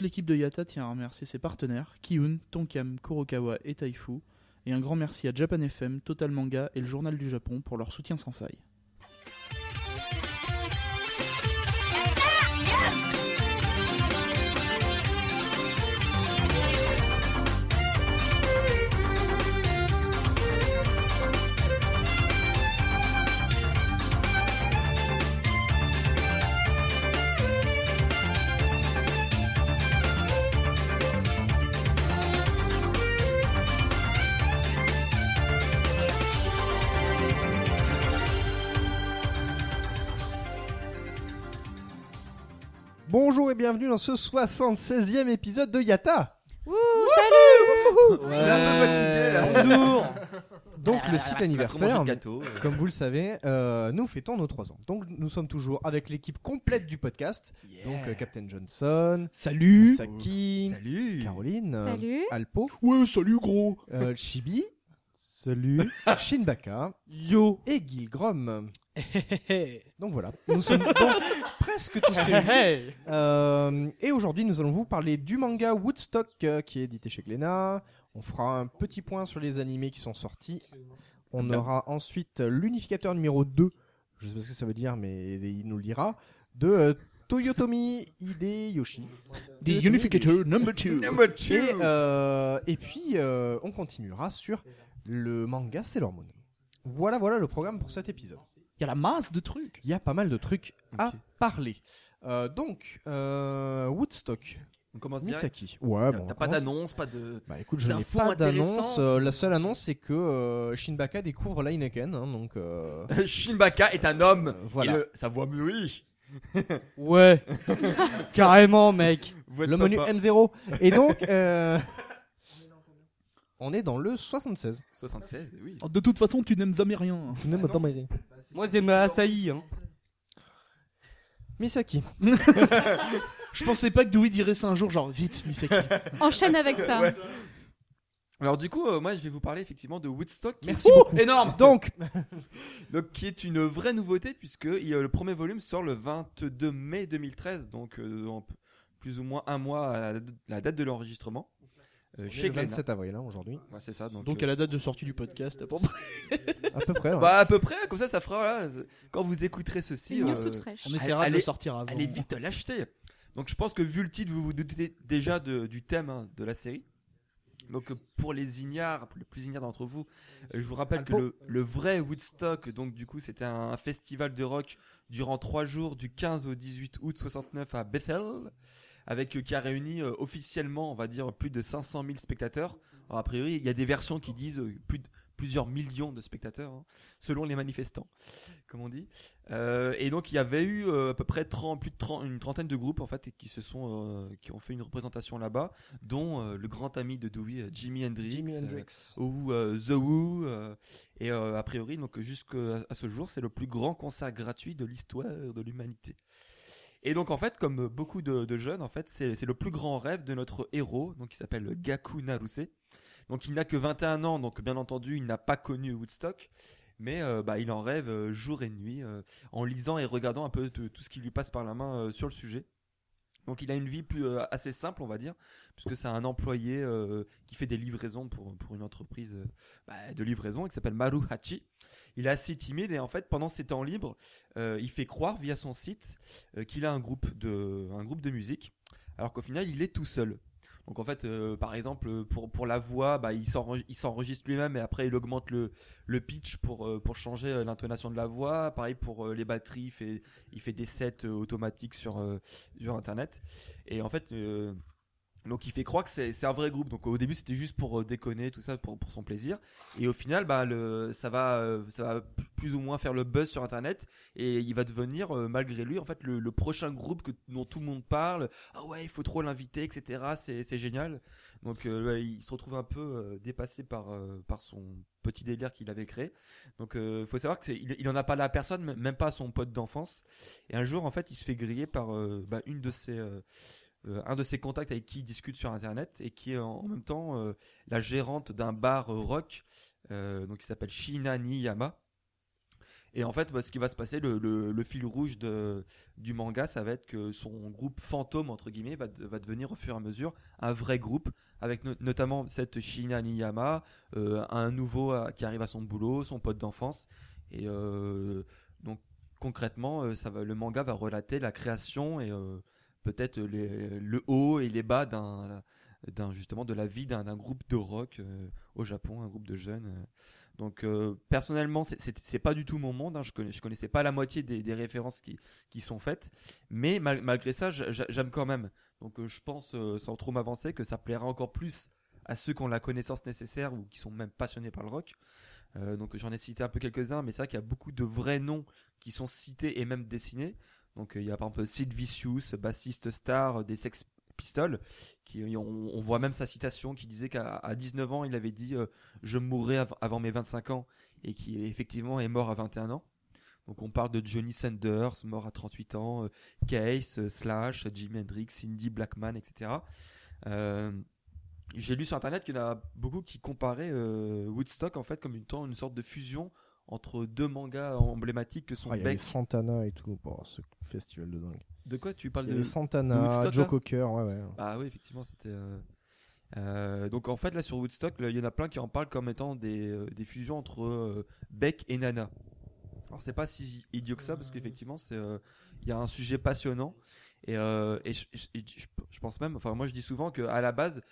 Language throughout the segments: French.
Toute l'équipe de Yatta tient à remercier ses partenaires, Kiun, Tonkam, Kurokawa et Taifu, et un grand merci à Japan FM, Total Manga et le Journal du Japon pour leur soutien sans faille. Bonjour et bienvenue dans ce 76e épisode de Yatta. Wouh, salut. Ouais. Il est un peu fatigué là. Bonjour. Donc le cycle On a trop anniversaire, mangé de gâteau. comme vous le savez, nous fêtons nos 3 ans. Donc nous sommes toujours avec l'équipe complète du podcast. Yeah. Donc Captain Johnson, Salut. Saki, Salut. Caroline, Salut. Alpo, Ouais, salut gros. Chibi, salut, Shinbaka, Yo. et Gilgrom. Donc voilà, nous sommes donc presque tous réunis. Et aujourd'hui, nous allons vous parler du manga Woodstock qui est édité chez Glénat. On fera un petit point sur les animés qui sont sortis. On aura ensuite l'unificateur numéro 2, je sais pas ce que ça veut dire, mais il nous le dira, de Toyotomi Hideyoshi. The Unificator number 2. Et puis, on continuera sur le manga Sailor Moon. Voilà le programme pour cet épisode. Il y a la masse de trucs. Il y a pas mal de trucs à parler. Donc, Woodstock, On commence direct. Misaki. Ouais, bon. T'as on pas commence. d'annonce, pas de. Bah écoute, je n'ai d'infos pas d'annonce. intéressantes. La seule annonce, c'est que Shinbaka découvre l'Heineken. Hein, donc, Shinbaka est un homme. voilà. Et sa voix mûrie. Ouais, carrément, mec. Voix de Le menu papa. M0. Et donc, on est dans le 76. 76, oui. De toute façon, tu n'aimes jamais rien. Moi, j'aime Asahi. Hein. Misaki. Je pensais pas que Dewey dirait ça un jour, genre vite, Misaki. Enchaîne avec ça. Ouais. Alors du coup, moi je vais vous parler effectivement de Woodstock. Merci beaucoup. Énorme. Donc, Donc qui est une vraie nouveauté puisque le premier volume sort le 22 mai 2013, donc dans plus ou moins un mois à la date de l'enregistrement. chez Chez le Glénat. 27 avril, hein, aujourd'hui. Ouais, c'est ça. Donc à la date de sortie du podcast, à peu près. À peu près. Ouais. Bah à peu près, comme ça fera voilà, quand vous écouterez ceci. Une news toute fraîche. On essaiera de allez- le sortir avant. Allez vite l'acheter. Donc je pense que vu le titre, vous vous doutez déjà du thème de la série. Donc pour les ignares, pour les plus ignares d'entre vous, je vous rappelle que le vrai Woodstock, donc du coup c'était un festival de rock durant 3 jours du 15 au 18 août 69 à Bethel, avec qui a réuni officiellement, on va dire, plus de 500 000 spectateurs. Alors, a priori, il y a des versions qui disent plusieurs millions de spectateurs, hein, selon les manifestants, comme on dit. Et donc, il y avait eu à peu près une trentaine de groupes en fait qui ont fait une représentation là-bas, dont le grand ami de Dewey, Jimi Hendrix, ou The Who. Et a priori, donc jusqu'à ce jour, c'est le plus grand concert gratuit de l'histoire de l'humanité. Et donc en fait, comme beaucoup de jeunes, en fait, c'est le plus grand rêve de notre héros, donc qui s'appelle Gaku Naruse. Donc il n'a que 21 ans, donc bien entendu, il n'a pas connu Woodstock, mais il en rêve jour et nuit en lisant et regardant un peu tout ce qui lui passe par la main sur le sujet. Donc il a une vie assez simple, on va dire, puisque c'est un employé qui fait des livraisons pour une entreprise de livraison qui s'appelle Maruhachi. Il est assez timide et en fait pendant ses temps libres, il fait croire via son site qu'il a un groupe de musique, alors qu'au final il est tout seul. Donc en fait, par exemple, pour la voix, il s'enregistre lui-même et après il augmente le pitch pour changer l'intonation de la voix. Pareil pour les batteries, il fait des sets automatiques sur internet. Et en fait, donc il fait croire que c'est un vrai groupe. Donc au début c'était juste pour déconner, tout ça pour son plaisir. Et au final, ça va plus ou moins faire le buzz sur internet et il va devenir malgré lui en fait le prochain groupe dont tout le monde parle. Ah ouais, il faut trop l'inviter, etc. C'est génial. Donc il se retrouve un peu dépassé par son petit délire qu'il avait créé. Donc faut savoir que il en a parlé à personne, même pas à son pote d'enfance. Et un jour en fait il se fait griller par un de ses contacts avec qui il discute sur internet et qui est en même temps la gérante d'un bar rock donc qui s'appelle Shina Niyama. Et en fait, ce qui va se passer, le fil rouge du manga, ça va être que son groupe fantôme, entre guillemets, va devenir au fur et à mesure un vrai groupe, avec notamment cette Shiina Niyama, un nouveau qui arrive à son boulot, son pote d'enfance. Et donc, concrètement, le manga va relater la création et peut-être le haut et les bas justement de la vie d'un groupe de rock au Japon, un groupe de jeunes. Donc personnellement, c'est pas du tout mon monde. Je connaissais pas la moitié des références qui sont faites, mais malgré ça, j'aime quand même. Donc je pense, sans trop m'avancer, que ça plaira encore plus à ceux qui ont la connaissance nécessaire ou qui sont même passionnés par le rock. Donc j'en ai cité un peu quelques-uns, mais c'est vrai qu'il y a beaucoup de vrais noms qui sont cités et même dessinés. Donc il y a par exemple Sid Vicious, bassiste star des Sex Pistols, on voit même sa citation qui disait qu'à 19 ans il avait dit je mourrai avant mes 25 ans, et qui effectivement est mort à 21 ans. Donc on parle de Johnny Sanders, mort à 38 ans, Case, Slash, Jimi Hendrix, Cindy Blackman, etc. J'ai lu sur internet qu'il y en a beaucoup qui comparaient Woodstock en fait comme une sorte de fusion entre deux mangas emblématiques que sont Il y avait Santana et tout, ce festival de dingue. De quoi tu parles? De Santana, Joe Cocker, ouais. Ah oui, effectivement, c'était. Donc en fait là sur Woodstock, il y en a plein qui en parlent comme étant des fusions entre Beck et Nana. Alors c'est pas si idiot que ça parce qu'effectivement il y a un sujet passionnant et je pense même, enfin moi je dis souvent que à la base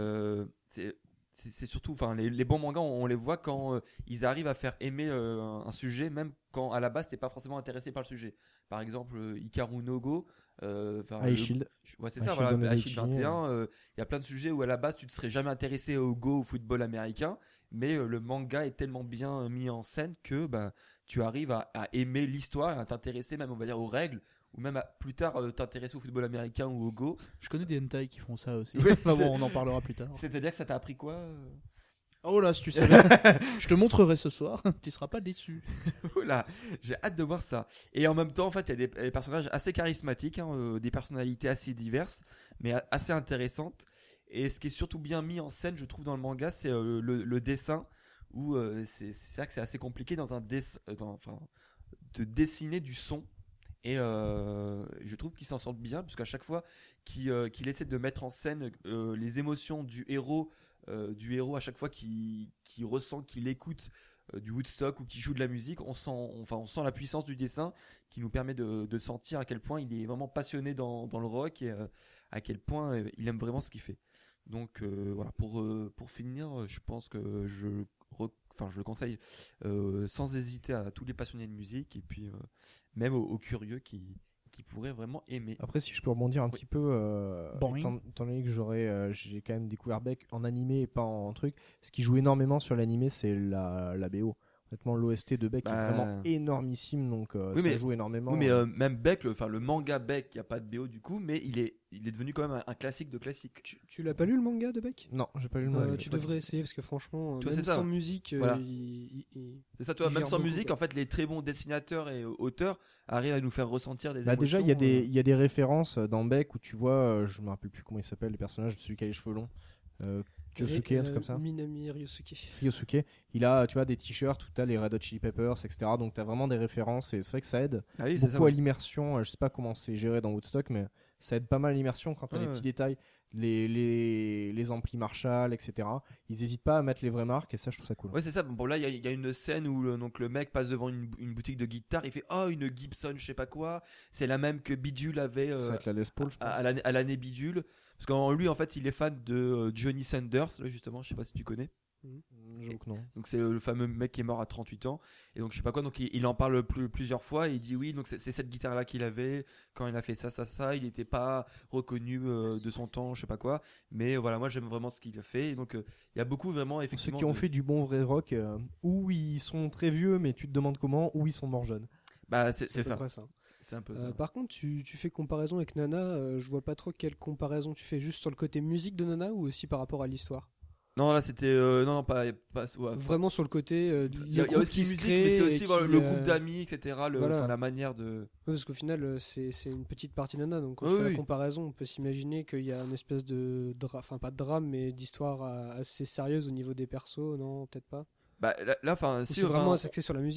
c'est surtout, enfin les bons mangas on les voit quand ils arrivent à faire aimer un sujet, même quand à la base t'es pas forcément intéressé par le sujet. Par exemple Hikaru no Go, Shield. Ouais, c'est ça, voilà, Shield 21, il y a plein de sujets où à la base tu te serais jamais intéressé au Go, au football américain, mais le manga est tellement bien mis en scène que tu arrives à aimer l'histoire, à t'intéresser même on va dire aux règles, ou même plus tard t'intéresser au football américain ou au Go. Je connais des hentai qui font ça aussi. Ouais, bon, on en parlera plus tard. C'est-à-dire que ça t'a appris quoi Oh là, si tu savais. Je te montrerai ce soir, tu seras pas déçu. Oula, j'ai hâte de voir ça. Et en même temps, en fait, il y a des personnages assez charismatiques, des personnalités assez diverses, mais assez intéressantes. Et ce qui est surtout bien mis en scène, je trouve, dans le manga, c'est le dessin, où c'est vrai que c'est assez compliqué dans un de dessiner du son. Et je trouve qu'il s'en sort bien, parce qu'à chaque fois qu'il essaie de mettre en scène les émotions du héros à chaque fois qu'il ressent, qu'il écoute du Woodstock ou qu'il joue de la musique, on sent la puissance du dessin qui nous permet de sentir à quel point il est vraiment passionné dans le rock et à quel point il aime vraiment ce qu'il fait. Donc voilà, pour finir, je pense que je le conseille sans hésiter à tous les passionnés de musique et puis même aux curieux qui pourraient vraiment aimer. Après, si je peux rebondir un petit peu, étant donné que j'ai quand même découvert Beck en animé et pas en truc, ce qui joue énormément sur l'animé, c'est la BO. Honnêtement, l'OST de Beck est vraiment énormissime, donc ça joue énormément. Oui, mais même Beck, le manga Beck, il n'y a pas de BO du coup, mais il est devenu quand même un classique de classique. Tu l'as pas lu le manga de Beck? Non, j'ai pas lu le manga. Tu devrais essayer parce que franchement, toi, même sans musique, voilà. C'est ça, toi, même sans musique, en fait, les très bons dessinateurs et auteurs arrivent à nous faire ressentir des émotions. Déjà, il y a des références dans Beck où tu vois, je me rappelle plus comment il s'appelle, le personnage, celui qui a les cheveux longs. Kyosuke, un truc comme ça. Minami Ryosuke. Il a, tu vois, des t-shirts où t'as les Red Hot Chili Peppers, etc. Donc t'as vraiment des références et c'est vrai que ça aide beaucoup à l'immersion. Je sais pas comment c'est géré dans Woodstock, mais ça aide pas mal à l'immersion quand t'as les petits détails, les amplis Marshall, etc. Ils hésitent pas à mettre les vraies marques et ça, je trouve ça cool. Ouais, c'est ça. Bon, là, il y a une scène où le mec passe devant une boutique de guitare, il fait une Gibson, je sais pas quoi. C'est la même que Bidule avait ça va être la Les Paul, je pense. à l'année Bidule. Parce qu'en lui, en fait, il est fan de Johnny Sanders, là, justement, je sais pas si tu connais. J'avoue que non. Donc c'est le fameux mec qui est mort à 38 ans et donc je sais pas quoi, donc il en parle plusieurs fois et il dit oui, donc c'est cette guitare là qu'il avait quand il a fait ça, il n'était pas reconnu de son temps, je sais pas quoi, mais voilà, moi j'aime vraiment ce qu'il a fait et donc il y a beaucoup vraiment effectivement ceux qui ont fait du bon vrai rock où ils sont très vieux mais tu te demandes comment, ou ils sont morts jeunes. C'est ça. C'est un peu ça. Par contre, tu fais comparaison avec Nana, je vois pas trop quelle comparaison tu fais, juste sur le côté musique de Nana ou aussi par rapport à l'histoire? Non, là c'était non pas vraiment sur le côté il y a aussi musique, mais c'est aussi le groupe d'amis, etc. La manière de parce qu'au final c'est une petite partie Nana, donc quand on fait la comparaison on peut s'imaginer qu'il y a une espèce de pas de drame mais d'histoire assez sérieuse au niveau des persos. Non, peut-être pas. Là si c'est vraiment axé sur la musique.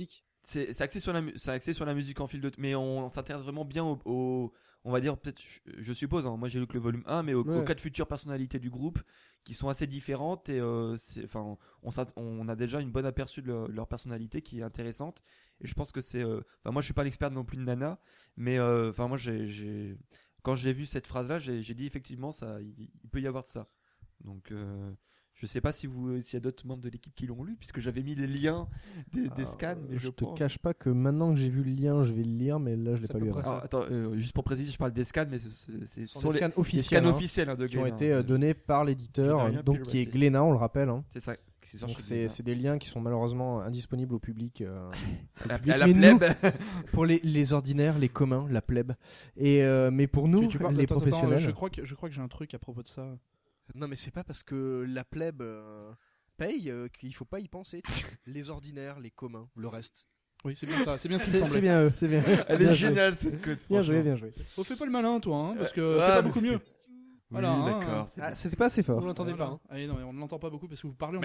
c'est axé sur la musique en fil de mais on s'intéresse vraiment bien au on va dire peut-être je suppose moi j'ai lu que le volume 1 mais aux 4 futures personnalités du groupe qui sont assez différentes et on a déjà une bonne aperçu de leur personnalité qui est intéressante et je pense que c'est moi je suis pas l'expert non plus de Nana mais moi quand j'ai vu cette phrase là j'ai dit effectivement ça il peut y avoir de ça donc je sais pas s'il y a d'autres membres de l'équipe qui l'ont lu, puisque j'avais mis les liens des scans, mais je te cache pas que maintenant que j'ai vu le lien, je vais le lire, mais là je l'ai pas lu. Attends, juste pour préciser, je parle des scans, mais c'est sur les scans officiels, les scans officiels de qui ont été donnés par l'éditeur, donc qui est Glénat, on le rappelle. Hein. C'est ça. Donc c'est des liens qui sont malheureusement indisponibles au public. La mais plèbe. Nous, pour les ordinaires, les communs, la plèbe. Mais pour nous, les professionnels. Je crois que j'ai un truc à propos de ça. Non mais c'est pas parce que la plèbe paye qu'il faut pas y penser. Les ordinaires, les communs, le reste. Oui, c'est bien ça, c'est bien ce qui me semblait. C'est bien eux, c'est bien. Elle est géniale cette cote. Bien joué. Oh, fais pas le malin toi, parce que t'es pas beaucoup mieux. Voilà, oui, d'accord. C'était pas assez fort. Vous l'entendez pas. Allez, non, on ne l'entend pas beaucoup parce que vous parlez.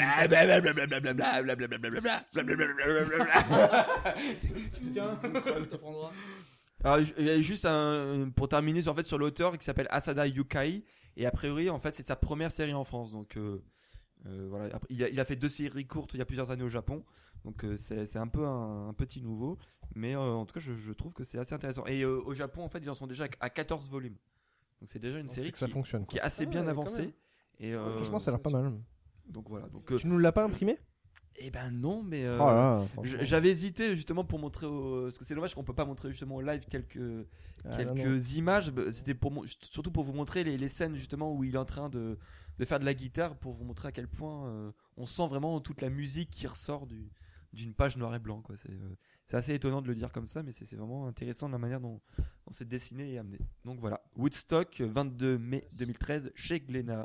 Alors, il y a juste pour terminer sur l'auteur qui s'appelle Asada Yukai et a priori en fait c'est sa première série en France donc voilà il a fait 2 séries courtes il y a plusieurs années au Japon donc c'est un peu un petit nouveau mais en tout cas je trouve que c'est assez intéressant et au Japon en fait ils en sont déjà à 14 volumes donc c'est déjà une série qui est assez bien avancée et franchement ça a l'air pas mal donc voilà tu nous l'as pas imprimé? Eh ben non, mais j'avais hésité justement pour montrer parce que c'est dommage qu'on peut pas montrer justement au live quelques images. C'était surtout pour vous montrer les scènes justement où il est en train de faire de la guitare pour vous montrer à quel point on sent vraiment toute la musique qui ressort d'une page noir et blanc quoi. C'est assez étonnant de le dire comme ça, mais c'est vraiment intéressant de la manière dont c'est dessiné et amené. Donc voilà, Woodstock, 22 mai 2013 chez Glénat.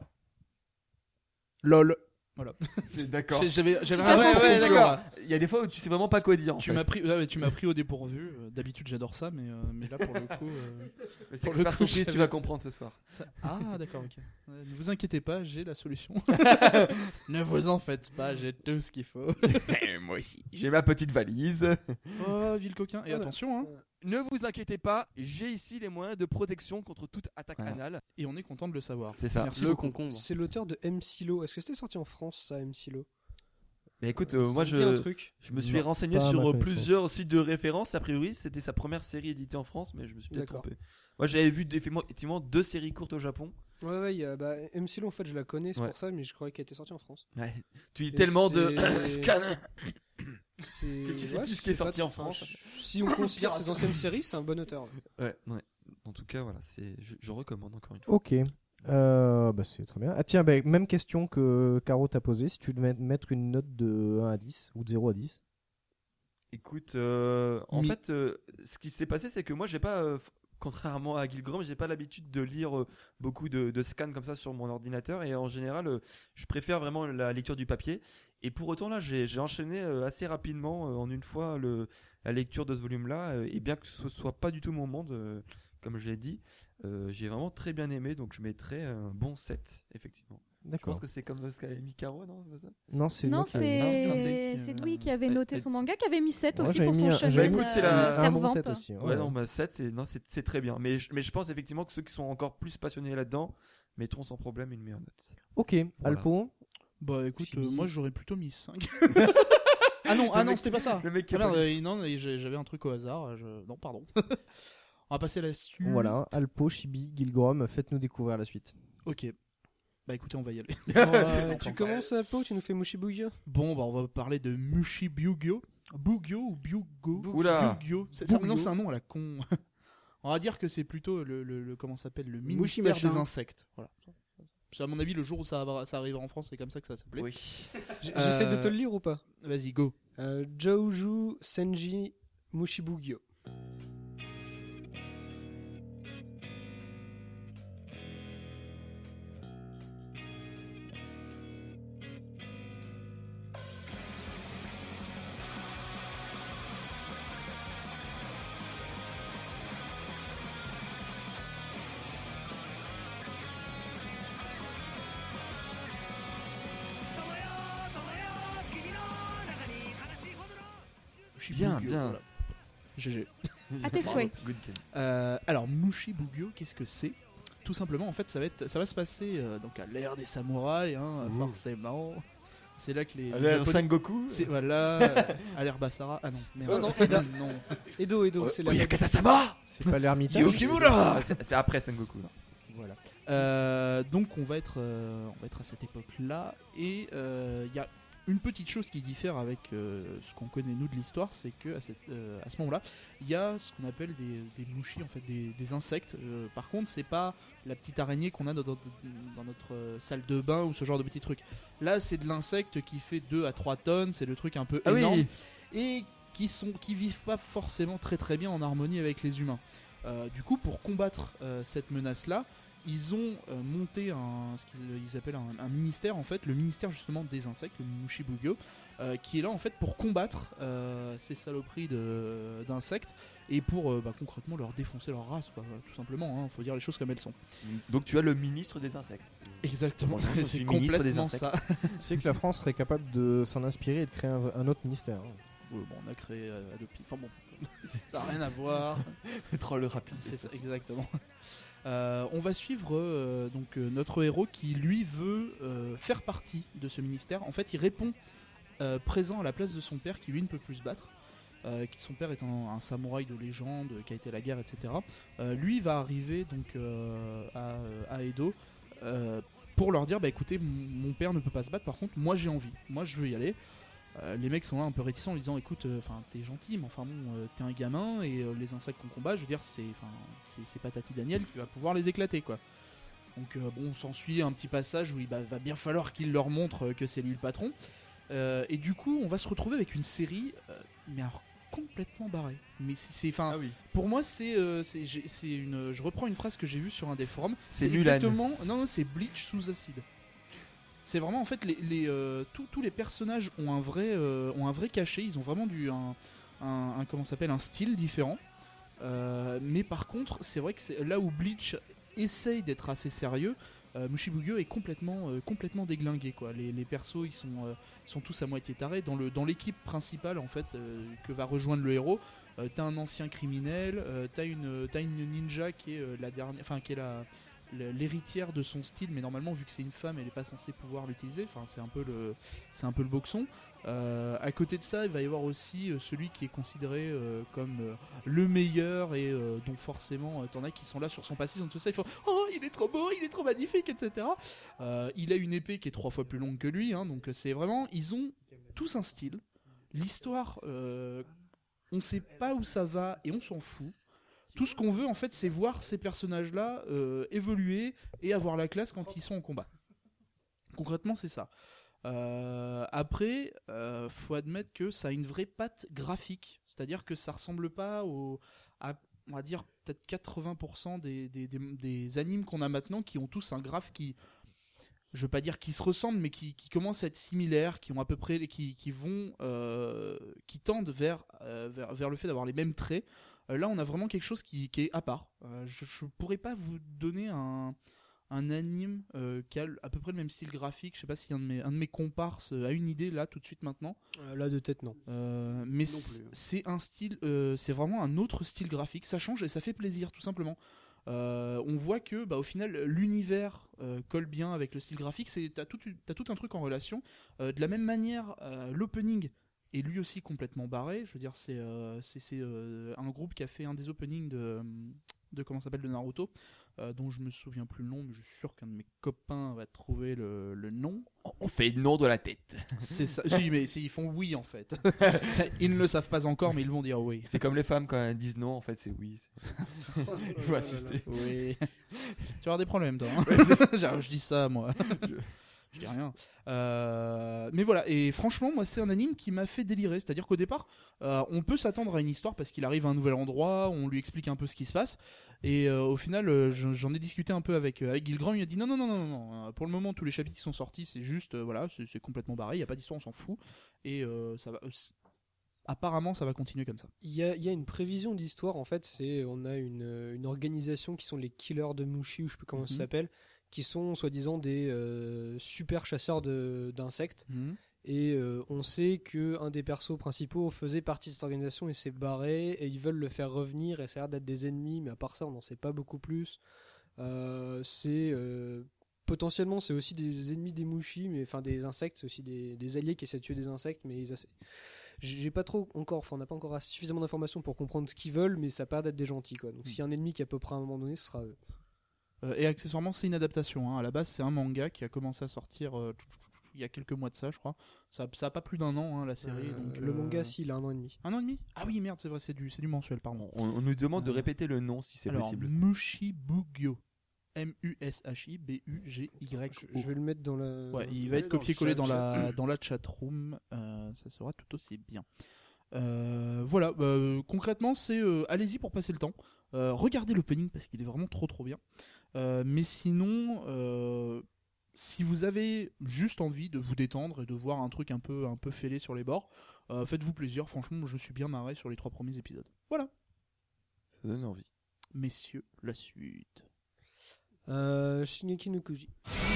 LOL. Voilà. C'est d'accord. J'avais ouais, d'accord. Il y a des fois où tu sais vraiment pas quoi dire. Tu m'as pris au dépourvu. D'habitude j'adore ça, mais là pour le coup. C'est expert surprise, tu vas comprendre ce soir. Ah d'accord, ok. Ne vous inquiétez pas, j'ai la solution. Ne vous en faites pas, j'ai tout ce qu'il faut. Moi aussi. J'ai ma petite valise. Oh, vil coquin. Et attention, hein. Ne vous inquiétez pas, j'ai ici les moyens de protection contre toute attaque anale. Et on est content de le savoir. C'est ça. Merci le concombre. C'est l'auteur de M. Silo. Est-ce que c'était sorti en France ça, M. Silo? Mais écoute, moi je me suis renseigné sur plusieurs sites de référence. A priori, c'était sa première série éditée en France, mais je me suis peut-être trompé. Moi j'avais vu effectivement 2 séries courtes au Japon. Ouais, M. Silo en fait je la connais, c'est pour ça, mais je croyais qu'elle était sortie en France. Ouais. Tu dis tellement de scanner. Que tu sais plus ce qui est sorti en France. Si on considère ses anciennes séries, c'est un bon auteur. Ouais. En tout cas, voilà, je recommande encore une fois. Ok. C'est très bien. Ah tiens, même question que Caro t'a posée. Si tu devais mettre une note de 1 à 10 ou de 0 à 10. Écoute, en fait, ce qui s'est passé, c'est que moi, j'ai pas, contrairement à Gilgrom, j'ai pas l'habitude de lire beaucoup de scans comme ça sur mon ordinateur. Et en général, je préfère vraiment la lecture du papier. Et pour autant, là, j'ai enchaîné assez rapidement en une fois la lecture de ce volume-là. Et bien que ce soit pas du tout mon monde, comme je l'ai dit, j'ai vraiment très bien aimé. Donc je mettrais un bon 7, effectivement. D'accord. Je pense que c'est comme ce qu'avait mis Caro, non? Non, c'est Doui qui avait noté son manga, qui avait mis 7 aussi pour son shonen servante. Ouais, non, 7, c'est très bien. Mais je pense effectivement que ceux qui sont encore plus passionnés là-dedans mettront sans problème une meilleure note. Ok, voilà. Alpo. Bah écoute, moi j'aurais plutôt mis 5. Ah non, c'était pas ça. Le mec non, j'avais un truc au hasard. Non, pardon. On va passer à la suite. Voilà, Alpo, Chibi, Gilgrom, faites-nous découvrir la suite. Ok. Bah écoutez, on va y aller. Tu commences Alpo, tu nous fais Mushibugyo. Bon, bah on va parler de Mushibugyo. Bugyo ou Byugo. Oula. Bugyo. Non, c'est un nom à la con. On va dire que c'est plutôt le comment s'appelle, le ministère des insectes. Voilà. À mon avis, le jour où ça arrivera en France, c'est comme ça que ça s'appelait. Oui. J'essaie de te le lire ou pas? Vas-y, go. Jouju Senji Mushibugyo. Mushibugyo. Bien. Voilà. GG. À tes souhaits. Good game. Alors Mushibugyo, qu'est-ce que c'est ? Tout simplement, en fait, ça va se passer donc à l'ère des samouraïs, hein, forcément. C'est là que les Japonais... Sengoku. C'est voilà, à l'ère Basara. Ah non, merde. non, non. Edo, c'est la Oyakatasama. C'est pas l'ermitage. Yukimura. C'est après Sengoku. Là. Voilà. Donc on va être à cette époque-là et il y a une petite chose qui diffère avec ce qu'on connaît nous de l'histoire, c'est que à ce moment-là, il y a ce qu'on appelle des mushi, en fait des insectes. Par contre, c'est pas la petite araignée qu'on a dans notre salle de bain ou ce genre de petits trucs. Là, c'est de l'insecte qui fait 2 à 3 tonnes, c'est le truc un peu énorme et qui vivent pas forcément très très bien en harmonie avec les humains. Du coup, pour combattre cette menace-là, ils ont monté ce qu'ils appellent un ministère, en fait, le ministère justement des insectes, le Mushibugyo, qui est là en fait pour combattre ces saloperies d'insectes et pour concrètement leur défoncer leur race, quoi, tout simplement, faut dire les choses comme elles sont. Donc tu as le ministre des insectes. Exactement, je c'est suis ministre des complètement insectes. ça. Tu sais que la France serait capable de s'en inspirer et de créer un autre ministère. Ouais, bon, on a créé Adopi, enfin bon, ça n'a rien à voir. Le troll rapide. C'est ça, exactement. On va suivre donc notre héros qui lui veut faire partie de ce ministère. En fait, il répond présent à la place de son père qui lui ne peut plus se battre. Son père étant un samouraï de légende qui a été à la guerre, etc. Lui va arriver donc à Edo pour leur dire écoutez, mon père ne peut pas se battre, par contre moi j'ai envie, moi je veux y aller. Les mecs sont là un peu réticents en lui disant écoute, t'es gentil mais enfin bon, t'es un gamin et les insectes qu'on combat, je veux dire c'est Patati Daniel qui va pouvoir les éclater, quoi. Donc bon, s'ensuit un petit passage où il va bien falloir qu'il leur montre que c'est lui le patron, et du coup on va se retrouver avec une série mais alors complètement barrée. Mais pour moi je reprends une phrase que j'ai vue sur un des forums, c'est exactement c'est Bleach sous acide. C'est vraiment en fait tous les personnages ont un vrai cachet, ils ont vraiment un style différent. Mais par contre, c'est vrai que c'est là où Bleach essaye d'être assez sérieux, Mushibugyo est complètement déglingué, quoi. Les persos ils sont tous à moitié tarés. Dans l'équipe principale en fait que va rejoindre le héros, t'as un ancien criminel, t'as une ninja qui est la dernière, enfin qui est l'héritière de son style, mais normalement vu que c'est une femme elle est pas censée pouvoir l'utiliser, enfin c'est un peu le boxon. À côté de ça il va y avoir aussi celui qui est considéré comme le meilleur et donc forcément t'en as qui sont là sur son passif, donc tout ça ils font oh il est trop beau, il est trop magnifique, etc. Il a une épée qui est 3 fois plus longue que lui, donc c'est vraiment, ils ont tous un style. L'histoire on sait pas où ça va et on s'en fout. Tout ce qu'on veut en fait c'est voir ces personnages-là évoluer et avoir la classe quand ils sont en combat. Concrètement c'est ça. Après, faut admettre que ça a une vraie patte graphique. C'est-à-dire que ça ressemble pas à on va dire peut-être 80% des animes qu'on a maintenant qui ont tous un graphe qui, je veux pas dire qui se ressemblent, mais qui commencent à être similaires, qui ont à peu près, qui tendent vers le fait d'avoir les mêmes traits. Là, on a vraiment quelque chose qui est à part. Je pourrais pas vous donner un anime qui a à peu près le même style graphique. Je sais pas si un de mes comparses a une idée là tout de suite maintenant. Là de tête non. Mais c'est un style, c'est vraiment un autre style graphique. Ça change et ça fait plaisir tout simplement. On voit que au final l'univers colle bien avec le style graphique. T'as tout un truc en relation. De la même manière, l'opening est lui aussi complètement barré. Je veux dire, c'est un groupe qui a fait un des openings de comment s'appelle, de Naruto, dont je me souviens plus le nom, mais je suis sûr qu'un de mes copains va trouver le nom. On fait le nom de la tête. C'est ça. Si, mais ils font oui en fait. Ils ne le savent pas encore, mais ils vont dire oui. C'est comme les femmes quand elles disent non, en fait c'est oui. Il faut assister. Oui. Tu vas avoir des problèmes toi. Hein. Je dis ça moi. Je dis rien. Mais voilà, et franchement, moi, c'est un anime qui m'a fait délirer. C'est-à-dire qu'au départ, on peut s'attendre à une histoire parce qu'il arrive à un nouvel endroit, on lui explique un peu ce qui se passe. Et au final, j'en ai discuté un peu avec Gilgram. Il a dit non. Pour le moment, tous les chapitres qui sont sortis, c'est juste, voilà, c'est complètement barré. Il n'y a pas d'histoire, on s'en fout. Et ça va. Apparemment, ça va continuer comme ça. Il y a une prévision d'histoire. En fait, on a une organisation qui sont les killers de Mushi, ou je sais plus comment ça s'appelle, qui sont soi-disant des super chasseurs d'insectes. Et on sait qu'un des persos principaux faisait partie de cette organisation et s'est barré, et ils veulent le faire revenir, et ça a l'air d'être des ennemis, mais à part ça on n'en sait pas beaucoup plus. Potentiellement c'est aussi des ennemis des Mushi, mais enfin des insectes, c'est aussi des alliés qui essaient de tuer des insectes, mais j'ai pas trop encore, enfin on n'a pas encore suffisamment d'informations pour comprendre ce qu'ils veulent, mais ça a pas l'air d'être des gentils quoi. Donc s'il y a un ennemi qui est à peu près à un moment donné, ce sera eux. Et accessoirement c'est une adaptation, hein. À la base c'est un manga qui a commencé à sortir il y a quelques mois de ça je crois. Ça a pas plus d'1 an, hein, la série. Donc, le manga si, il a 1 an et demi. 1 an et demi ? Ah oui merde, c'est vrai, c'est du mensuel, pardon. On nous demande de répéter le nom si c'est Alors, possible. Mushibugyo. Mushibugyo. Je vais le mettre dans la... Ouais, il va être copié-collé dans la chatroom, ça sera tout aussi bien. Voilà, concrètement c'est allez-y pour passer le temps. Regardez l'opening parce qu'il est vraiment trop bien. Mais sinon, si vous avez juste envie de vous détendre et de voir un truc un peu fêlé sur les bords, faites-vous plaisir. Franchement, je suis bien marré sur les 3 premiers épisodes. Voilà. Ça donne envie. Messieurs, la suite. Shingeki no Kyojin.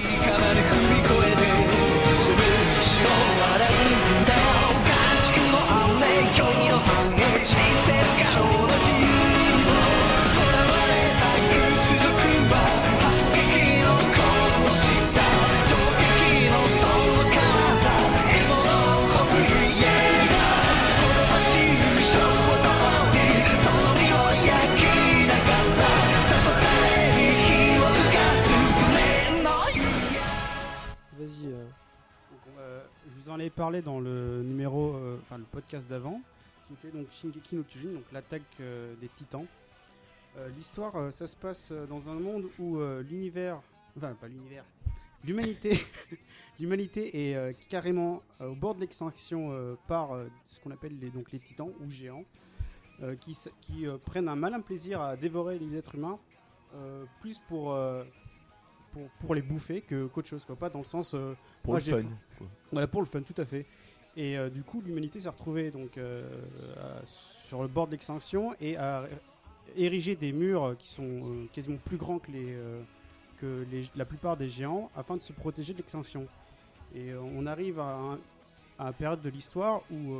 Vas-y. Je vous en avais parlé dans le numéro, le podcast d'avant, qui était donc Shingeki no Kyojin, donc l'attaque des Titans. L'histoire, ça se passe dans un monde où l'humanité est carrément au bord de l'extinction par ce qu'on appelle les Titans ou géants, qui prennent un malin plaisir à dévorer les êtres humains, plus pour les bouffer qu'autre chose, quoi. Pas dans le sens Pour le fun. Voilà, pour le fun, tout à fait. Et du coup, l'humanité s'est retrouvée donc sur le bord de l'extinction et a érigé des murs qui sont quasiment plus grands que la plupart des géants afin de se protéger de l'extinction. Et on arrive à une période de l'histoire où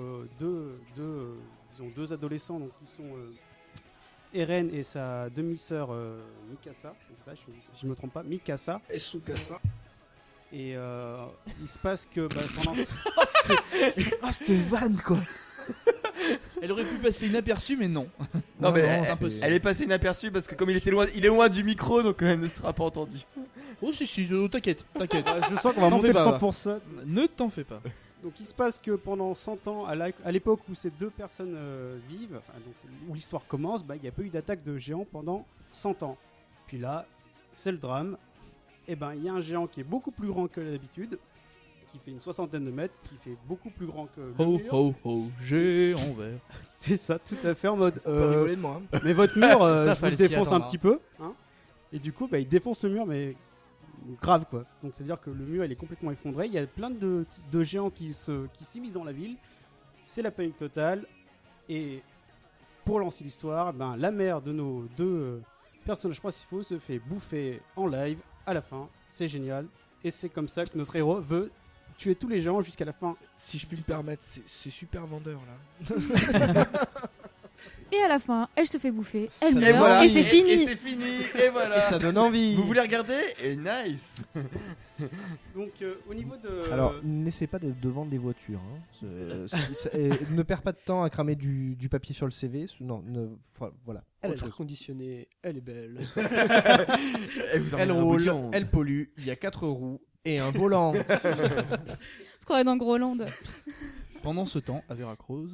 deux adolescents, donc qui sont Eren et sa demi-sœur Mikasa, c'est ça, je me trompe pas, Mikasa. Et Tsukasa. Et il se passe que pendant... C'était vanne quoi. Elle aurait pu passer inaperçue mais non. Non mais impossible. elle est passée inaperçue parce que comme il est loin du micro, donc elle ne sera pas entendue. Oh si, t'inquiète. Je sens qu'on va monter le son pour ça. Ne t'en fais pas. Donc il se passe que pendant 100 ans, à l'époque où ces deux personnes vivent, où l'histoire commence, il n'y a pas eu d'attaque de géants pendant 100 ans. Puis là, c'est le drame. Et il y a un géant qui est beaucoup plus grand que d'habitude, qui fait une 60aine de mètres, qui fait beaucoup plus grand que le mur. Géant vert. C'était ça, tout à fait en mode... Pas rigoler de moi. Mais votre mur, Ça, je vous le défonce un petit peu. Hein. Et du coup, il défonce le mur, mais grave quoi. Donc c'est-à-dire que le mur il est complètement effondré. Il y a plein de géants qui s'immiscent dans la ville. C'est la panique totale. Et pour lancer l'histoire, la mère de nos deux personnages principaux se fait bouffer en live à la fin. C'est génial. Et c'est comme ça que notre héros veut tuer tous les géants jusqu'à la fin. Si je puis me permettre, c'est super vendeur là. Et à la fin, elle se fait bouffer, Ça- elle Et meurt, voilà, et c'est fini. Et c'est fini, et voilà. Et ça donne envie. Vous voulez regarder? Et nice. Donc au niveau de... Alors, n'essaie pas de vendre des voitures. Hein. Ne perds pas de temps à cramer du papier sur le CV. Non, voilà. Elle est reconditionnée, elle est belle. Elle roule, elle pollue. Il y a 4 roues et un volant. On se croirait dans Groland. Pendant ce temps, à Veracruz.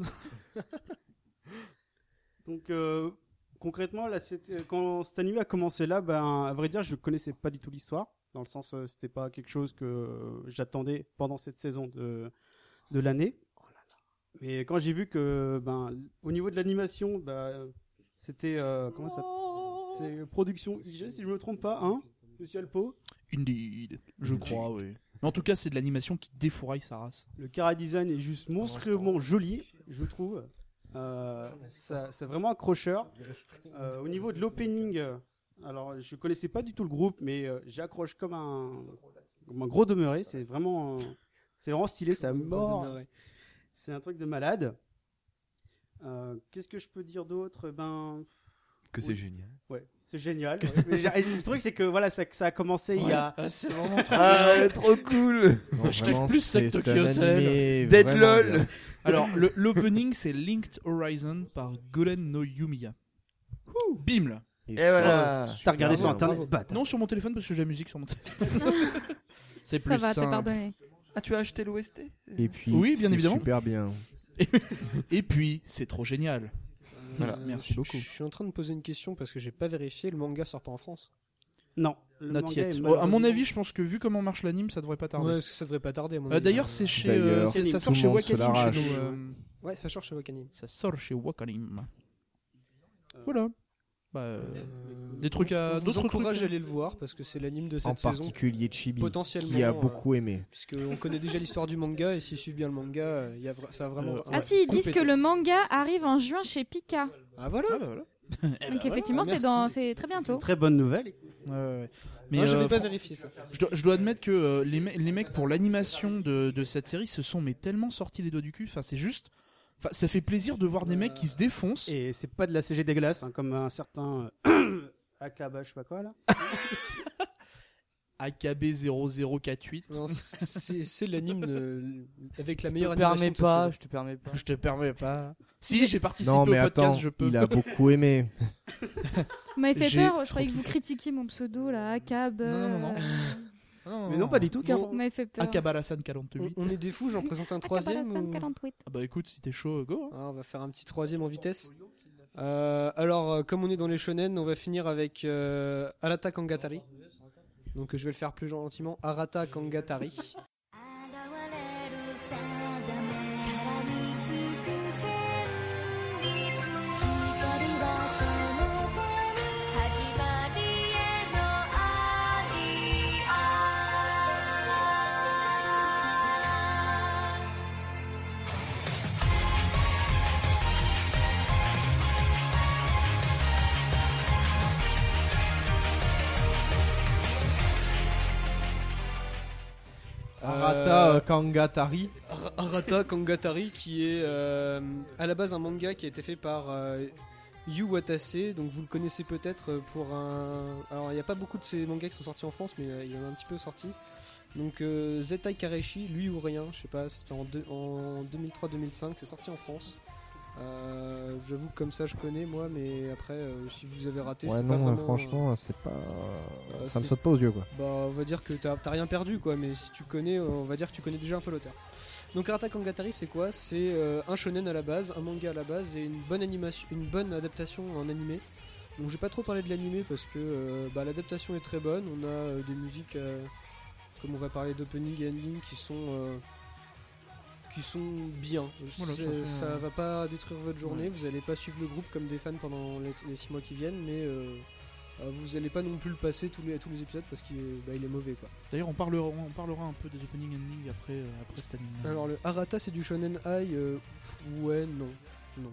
Donc concrètement, là, quand cet anime a commencé là, à vrai dire, je connaissais pas du tout l'histoire. Dans le sens, c'était pas quelque chose que j'attendais pendant cette saison de l'année. Mais quand j'ai vu que, au niveau de l'animation, c'était comment ça? C'est production IG, si je me trompe pas, hein, Monsieur Alpo. Indeed, je crois, oui. Mais en tout cas, c'est de l'animation qui défouraille sa race. Le chara-design est juste monstrueusement joli, je trouve. C'est vraiment accrocheur. Au niveau de l'opening, alors je connaissais pas du tout le groupe, mais j'accroche comme un gros demeuré. C'est vraiment C'est vraiment stylé, ça mort. démarrer. C'est un truc de malade. Qu'est-ce que je peux dire d'autre? Que c'est génial. Ouais, c'est génial. Ouais. Mais le truc, c'est que voilà, ça a commencé il y a. Ah, c'est vraiment trop Ah, trop cool. Non, je kiffe vraiment, plus ça que c'est Tokyo un Hotel. animé Dead vraiment LOL. bien. Alors, l'opening, c'est Linked Horizon par Golen no Yumiya. Bim là. Et voilà. T'as regardé sur Bravo, internet? bravo. Bâtard. Non, sur mon téléphone parce que j'ai la musique sur mon téléphone. C'est plus Ça va, t'as simple. pardonné. Ah, tu as acheté l'OST? Et puis, Oui, bien c'est évidemment. super bien. Et puis, c'est trop génial. Voilà, merci beaucoup. Je suis en train de me poser une question parce que j'ai pas vérifié. Le manga sort pas en France. Non. Le Not manga yet. est À mon malheureusement- avis, je pense que vu comment marche l'anime, ça devrait pas tarder. Ouais, parce que ça devrait pas tarder. À mon avis. D'ailleurs, c'est chez. D'ailleurs, ça tout sort le chez monde se Wakanim chez l'arrache. nous. Ouais, ça sort chez Wakanim. Ça sort chez Wakanim. Voilà. Bah, des trucs à. On vous D'autres encourage trucs. à aller le voir parce que c'est l'anime de En cette saison. particulier Chibi, Potentiellement. qui a beaucoup aimé. Puisqu'on connaît déjà l'histoire du manga et s'ils suivent bien le manga, ça a vraiment. Ah si, ils disent que le manga arrive en juin chez Pika. Ah voilà. Ah, bah, voilà. Donc effectivement, Ah, c'est très bientôt. Très bonne nouvelle. Ouais. Mais Mais j'avais pas fran- vérifié ça. je dois admettre que les mecs pour l'animation de cette série se sont mais tellement sortis les doigts du cul. Enfin, c'est juste. Enfin, ça fait plaisir de voir des mecs qui se défoncent. Et c'est pas de la CG dégueulasse, hein, comme un certain Akaba, je sais pas quoi là. AKB 0048. Non, c'est l'anime avec la Je meilleure te permets animation de cette pas, saison. je te permets pas. Je te permets pas. Si, j'ai participé Non, au mais podcast, attends, je peux. il a beaucoup aimé. Vous m'avez fait J'ai peur, je trop croyais que vous kiffé. critiquiez mon pseudo là, Akab. Mais non, pas du tout, car. Vous m'avez fait peur. Akabarasan 48. On est des fous, j'en présente un troisième. Akabarasan ou- 48. Ah bah écoute, si t'es chaud, go. Ah, on va faire un petit troisième en vitesse. Alors, comme on est dans les shonen, on va finir avec Arata Kangatari. Donc je vais le faire plus gentiment. Arata Kangatari. 現れる定めから見つく旋律光はその手に始まりへのアイアン Arata Kangatari. Arata Kangatari qui est à la base un manga qui a été fait par Yu Watase, donc vous le connaissez peut-être pour un... Alors il n'y a pas beaucoup de ces mangas qui sont sortis en France, mais il y en a un petit peu sorti. Donc Zettai Kareshi, lui ou rien, je sais pas, c'était en 2003-2005, c'est sorti en France. J'avoue que comme ça je connais moi, mais après si vous avez raté, Ouais, c'est pas non, vraiment... franchement, c'est pas. Ça me c'est- saute pas aux yeux, quoi. Bah, on va dire que t'as rien perdu, quoi. Mais si tu connais, on va dire que tu connais déjà un peu l'auteur. Donc Arata Kangatari, c'est quoi? C'est un shonen à la base, un manga à la base et une bonne animation, une bonne adaptation en animé. Donc j'ai pas trop parlé de l'animé parce que l'adaptation est très bonne. On a des musiques, comme on va parler d'opening et ending, qui sont bien. Voilà, Ça va pas détruire votre journée. Vous allez pas suivre le groupe comme des fans pendant les 6 mois qui viennent, mais vous allez pas non plus le passer tous les épisodes parce qu'il est mauvais, quoi. D'ailleurs, on parlera un peu des opening ending après cette anime. Alors le Arata c'est du shonen high, ouais non.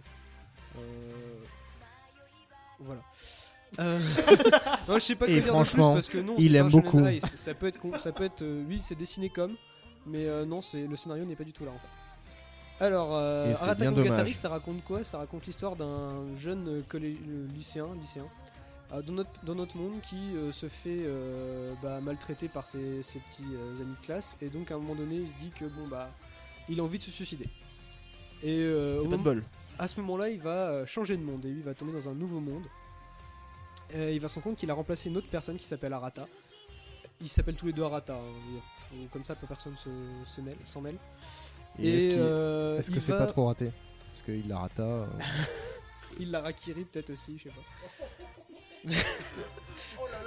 Voilà. Non, je sais pas quoi Et dire de plus franchement, parce que non, il c'est aime pas un shonen beaucoup. high. Ça peut être oui c'est dessiné comme, mais non le scénario n'est pas du tout là en fait. Alors Et c'est Arata bien Kangatari, dommage. ça raconte quoi? Ça raconte l'histoire d'un jeune lycéen dans notre monde qui se fait maltraiter par ses petits amis de classe, et donc à un moment donné il se dit que il a envie de se suicider. Et C'est pas de bol. à ce moment-là, il va changer de monde et lui il va tomber dans un nouveau monde. Il va se rendre compte qu'il a remplacé une autre personne qui s'appelle Arata. Ils s'appellent tous les deux Arata, hein. Comme ça personne s'en mêle. Et est-ce il que c'est va- pas trop raté? Parce qu'il l'a rata. Il l'a Rakiri peut-être aussi, je sais pas. Oh là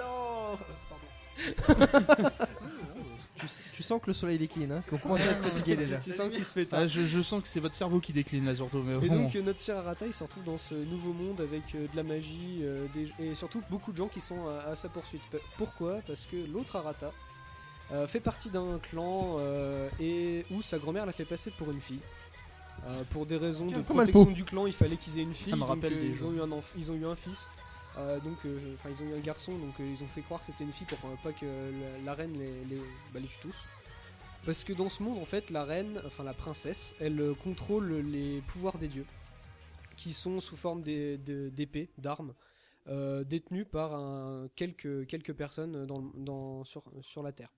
là. Tu sens que le soleil décline, hein, qu'on commence à être fatigué déjà. Tu sens qu'il se fait tard. Ah, je sens que c'est votre cerveau qui décline là surtout. Mais Et vraiment. donc notre cher Arata il se retrouve dans ce nouveau monde avec de la magie et surtout beaucoup de gens qui sont à sa poursuite. Pourquoi? Parce que l'autre Arata fait partie d'un clan et où sa grand-mère l'a fait passer pour une fille. Pour des raisons Tiens, de pas mal protection pot. du clan, il fallait qu'ils aient une fille. Ça me donc, rappelle des ils gens. ont eu un fils. Ils ont eu un garçon, donc ils ont fait croire que c'était une fille pour pas que la reine les tue tous. Parce que dans ce monde, en fait, la reine, enfin la princesse, elle contrôle les pouvoirs des dieux, qui sont sous forme d'épées, d'armes, détenues par quelques personnes sur la Terre.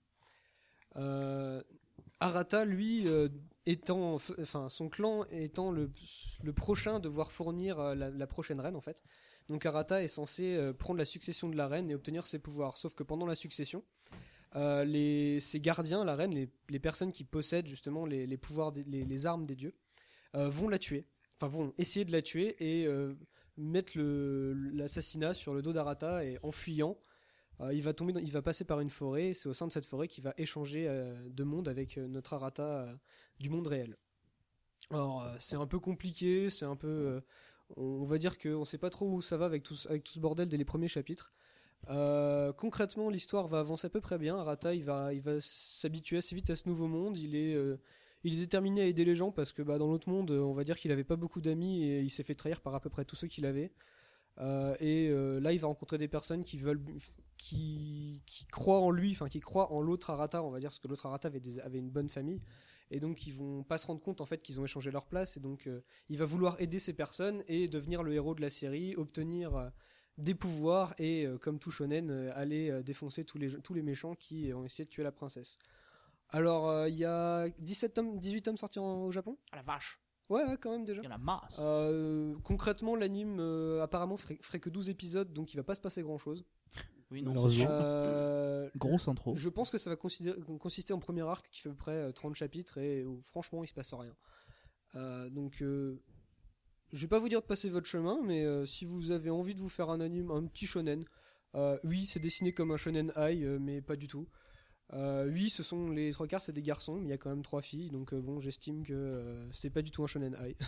Arata, lui, son clan étant le prochain à devoir fournir la prochaine reine, en fait. Donc Arata est censé prendre la succession de la reine et obtenir ses pouvoirs. Sauf que pendant la succession, ses gardiens, la reine, les personnes qui possèdent justement les pouvoirs, les armes des dieux, vont la tuer. Enfin, vont essayer de la tuer et mettre l'assassinat sur le dos d'Arata, et en fuyant, il va passer par une forêt. Et c'est au sein de cette forêt qu'il va échanger de monde avec notre Arata du monde réel. Alors, c'est un peu compliqué, c'est un peu... on va dire qu'on sait pas trop où ça va avec tout ce bordel dès les premiers chapitres. Concrètement, l'histoire va avancer à peu près bien. Arata, il va s'habituer assez vite à ce nouveau monde. Il est déterminé à aider les gens parce que dans l'autre monde, on va dire qu'il avait pas beaucoup d'amis et il s'est fait trahir par à peu près tous ceux qu'il avait. Là, il va rencontrer des personnes qui croient en lui, enfin qui croient en l'autre Arata, on va dire, parce que l'autre Arata avait une bonne famille. Et donc ils vont pas se rendre compte en fait qu'ils ont échangé leur place, et donc il va vouloir aider ces personnes et devenir le héros de la série, obtenir des pouvoirs et comme tout shonen aller défoncer tous les méchants qui ont essayé de tuer la princesse. Alors il y a 18 tomes sortis au Japon. Ah la vache. Ouais, quand même déjà. Il y en a masse. Concrètement, l'anime apparemment ferait que 12 épisodes, donc il va pas se passer grand chose. Oui, non, c'est sûr. Grosse intro. Je pense que ça va consister en premier arc qui fait à peu près 30 chapitres et où franchement il se passe rien. Donc je vais pas vous dire de passer votre chemin, mais si vous avez envie de vous faire un anime, un petit shonen, oui, c'est dessiné comme un shonen high, mais pas du tout. Oui, ce sont les 3/4, c'est des garçons, mais il y a quand même 3 filles, donc bon, j'estime que c'est pas du tout un shonen high.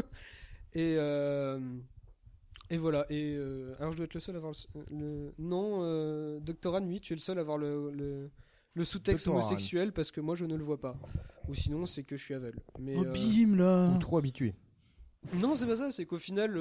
Et voilà. Et alors je dois être le seul à avoir non, Dr. Han, oui, tu es le seul à avoir le sous-texte Dr. Han. homosexuel, parce que moi je ne le vois pas. Ou sinon c'est que je suis aveugle. Mais Oh bim là. Ou trop habitué. non, c'est pas ça, c'est qu'au final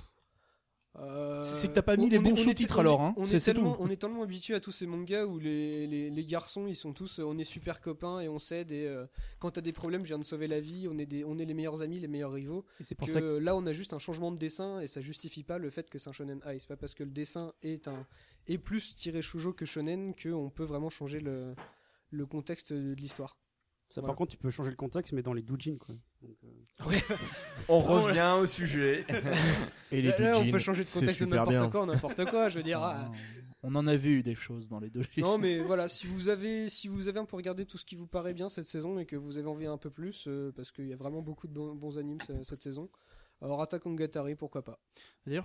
C'est que t'as pas mis les bons sous-titres alors, hein. On C'est est tout. tellement habitué à tous ces mangas où les garçons ils sont tous, on est super copains et on s'aide, et quand t'as des problèmes, je viens de sauver la vie, on est les meilleurs amis, les meilleurs rivaux. Et c'est pour Que ça que là on a juste un changement de dessin et ça justifie pas le fait que c'est un shonen high. C'est pas parce que le dessin est plus tiré shoujo que shonen qu'on peut vraiment changer le contexte de l'histoire. ça, Voilà. par contre, tu peux changer le contexte, mais dans les doujins, quoi. Donc, On revient au sujet. Et les Là, on doujins, peut changer de c'est contexte de super bien. n'importe quoi, je veux dire. On en avait eu des choses dans les deux. Non, mais voilà, si vous avez un peu regardé tout ce qui vous paraît bien cette saison et que vous avez envie un peu plus, parce qu'il y a vraiment beaucoup de bons animes cette saison. Alors Attack on Gatari, pourquoi pas. D'ailleurs,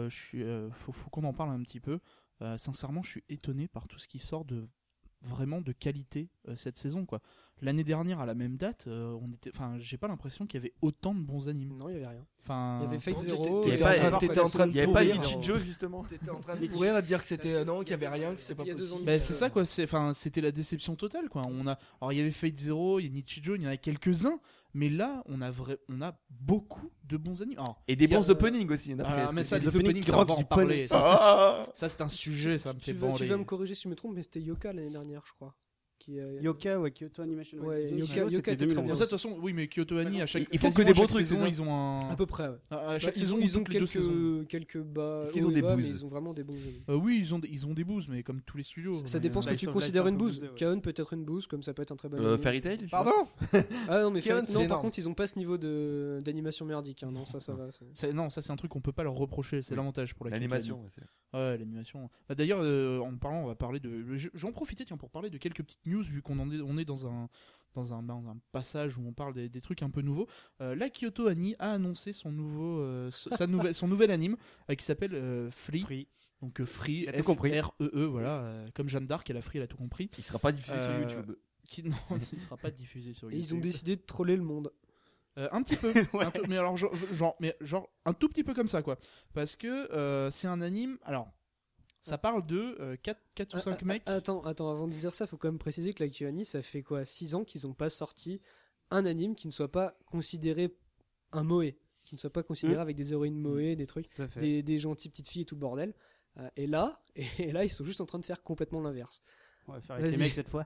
faut qu'on en parle un petit peu. Sincèrement, je suis étonné par tout ce qui sort vraiment de qualité cette saison, quoi. L'année dernière à la même date, j'ai pas l'impression qu'il y avait autant de bons animes. Non, il y avait rien. Enfin, Il y avait Fate Non, Zero. t'étais il y pas- avait t'étais en train de Il y avait pas pourrir. Ichijo justement. T'étais en train de courir à te dire que c'était non, qu'il y avait rien, que c'est pas C'était il y a 2 ans. possible. bah, c'est ça quoi. C'était la déception totale, quoi. Alors il y avait Fate Zero, il y a Nichijou, il y en a quelques-uns, mais là on a beaucoup de bons animes. Alors, Et des il y a, bons openings aussi. mais ça, les les openings openings, qui ça, on va rock en du parler. punch. Ça, c'est un sujet, ça me fait Tu bander. vas me corriger si je me trompe, mais c'était Yoka l'année dernière, je crois. Yoka, ouais, Kyoto Animation. Ouais, Studios, Yoka c'était était très 2011. bien. Ça, de toute façon, oui, mais Kyoto Ani, à chaque Ils font que quasiment des bons chaque trucs, saison, c'est ça ils ont un. À peu près, ouais. À chaque Ils saison, ont toutes les deux saisons. quelques bas. Est-ce qu'ils ont hauts et des bas, boosts mais ils ont vraiment des bons animes. Oui, ils ont des boosts, mais comme tous les studios. Ça dépend ce que Slice tu of considères Life, une un peu boost. boosté, ouais. Kaon peut être une boost, comme ça peut être un très bon anime. Fairy Tail. je sais Pardon Ah non, mais Kaon, c'est par énorme. contre, ils ont pas ce niveau d'animation merdique. Hein. Non, ça va. Non, ça c'est un truc qu'on peut pas leur reprocher, c'est Oui. l'avantage pour pas. la L'animation. Ouais, l'animation. Bah, d'ailleurs, en parlant, on va parler de. J'en profitais pour parler de quelques petites news vu qu'on on est dans un passage où on parle des trucs un peu nouveaux. La Kyoto Ani a annoncé son nouvel anime qui s'appelle Free. Donc Free, Il a tout compris. F-R-E-E, voilà, comme Jeanne d'Arc, elle a Free, elle a tout compris. Il sera pas diffusé sur YouTube. Non, il sera pas diffusé sur Et YouTube. ils ont décidé de troller le monde. Un petit peu, mais alors genre un tout petit peu comme ça quoi, parce que c'est un anime. Alors ça parle de 4 ou 5 mecs. Attends, avant de dire ça, faut quand même préciser que la KyoAni, ça fait quoi 6 ans qu'ils ont pas sorti un anime qui ne soit pas considéré un moe, qui ne soit pas considéré avec des héroïnes moe, des trucs, Tout à fait. des gentilles petites filles et tout le bordel. Et là, ils sont juste en train de faire complètement l'inverse. On va faire avec les Vas-y. mecs cette fois.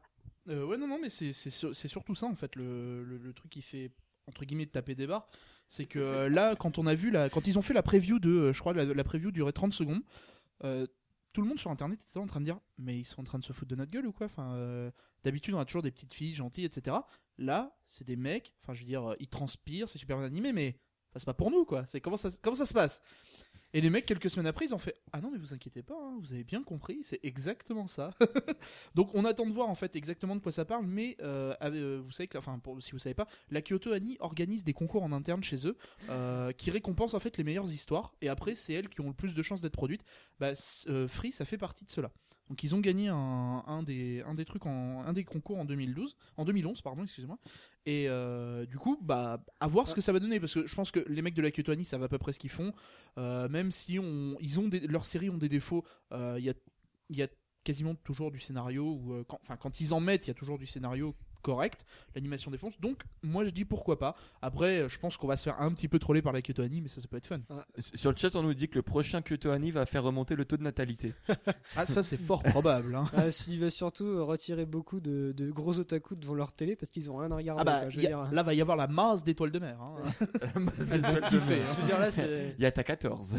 Ouais, non, mais c'est surtout ça en fait le truc qui fait entre guillemets de taper des barres, c'est que là quand ils ont fait la preview de, je crois la preview durait 30 secondes, tout le monde sur internet était en train de dire mais ils sont en train de se foutre de notre gueule ou quoi, enfin d'habitude on a toujours des petites filles gentilles etc. Là c'est des mecs, enfin je veux dire ils transpirent, c'est super bien animé mais c'est pas pour nous quoi, c'est comment ça se passe. Et les mecs, quelques semaines après, ils ont fait « Ah non, mais vous inquiétez pas, hein, vous avez bien compris, c'est exactement ça. » Donc on attend de voir en fait exactement de quoi ça parle, mais vous savez que, si vous savez pas, la Kyoto Ani organise des concours en interne chez eux qui récompensent en fait les meilleures histoires, et après c'est elles qui ont le plus de chances d'être produites. Free, ça fait partie de cela. Donc ils ont gagné un des concours en 2011, excusez-moi. Et du coup, à voir ce que ça va donner, parce que je pense que les mecs de la Kyoto Ani savent à peu près ce qu'ils font, même si leurs séries ont des défauts. Il y a quasiment toujours du scénario, quand ils en mettent, il y a toujours du scénario correct, l'animation défonce, donc moi je dis pourquoi pas. Après je pense qu'on va se faire un petit peu troller par la Kyoto Ani, mais ça peut être fun. Sur le chat on nous dit que le prochain Kyoto Ani va faire remonter le taux de natalité. Ah ça c'est fort probable hein. Il va surtout retirer beaucoup de gros otaku devant leur télé parce qu'ils ont rien à regarder. Là va y avoir la masse d'étoiles de mer hein. La masse d'étoiles de mer. Je veux dire là c'est... Il y a ta 14.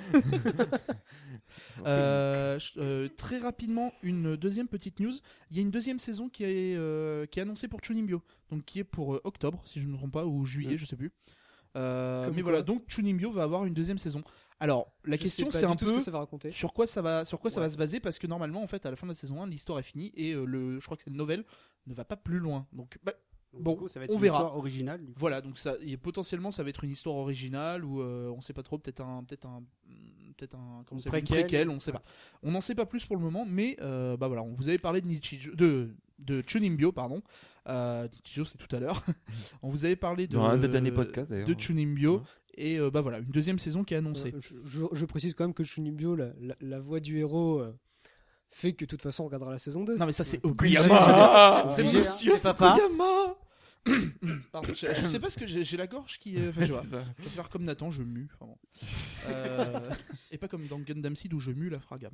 Très rapidement, une deuxième petite news. Il y a une deuxième saison qui est annoncée pour Chunimbyo, donc qui est pour octobre, si je ne me trompe pas, ou juillet, je sais plus. Mais voilà, donc Chunimbyo va avoir une deuxième saison. Alors, la question c'est un peu sur quoi ça va se baser, parce que normalement, en fait, à la fin de la saison 1, l'histoire est finie et je crois que cette nouvelle ne va pas plus loin. Donc, bon, coup, ça va être on une verra. histoire originale. Voilà, donc potentiellement ça va être une histoire originale ou on sait pas trop, peut-être un préquel, on sait pas. On n'en sait pas plus pour le moment, mais voilà, on vous avait parlé de Chunimbyo, pardon. Nichijou c'est tout à l'heure. On vous avait parlé de Chunimbyo et voilà, une deuxième saison qui est annoncée. Je précise quand même que Chunimbyo, la voix du héros fait que de toute façon on regardera la saison 2. Non mais ça c'est Fukuyama. C'est monsieur Fukuyama. Pardon, je sais pas ce que j'ai la gorge qui je vais faire comme Nathan, je mue et pas comme dans Gundam Seed où je mue la fraga.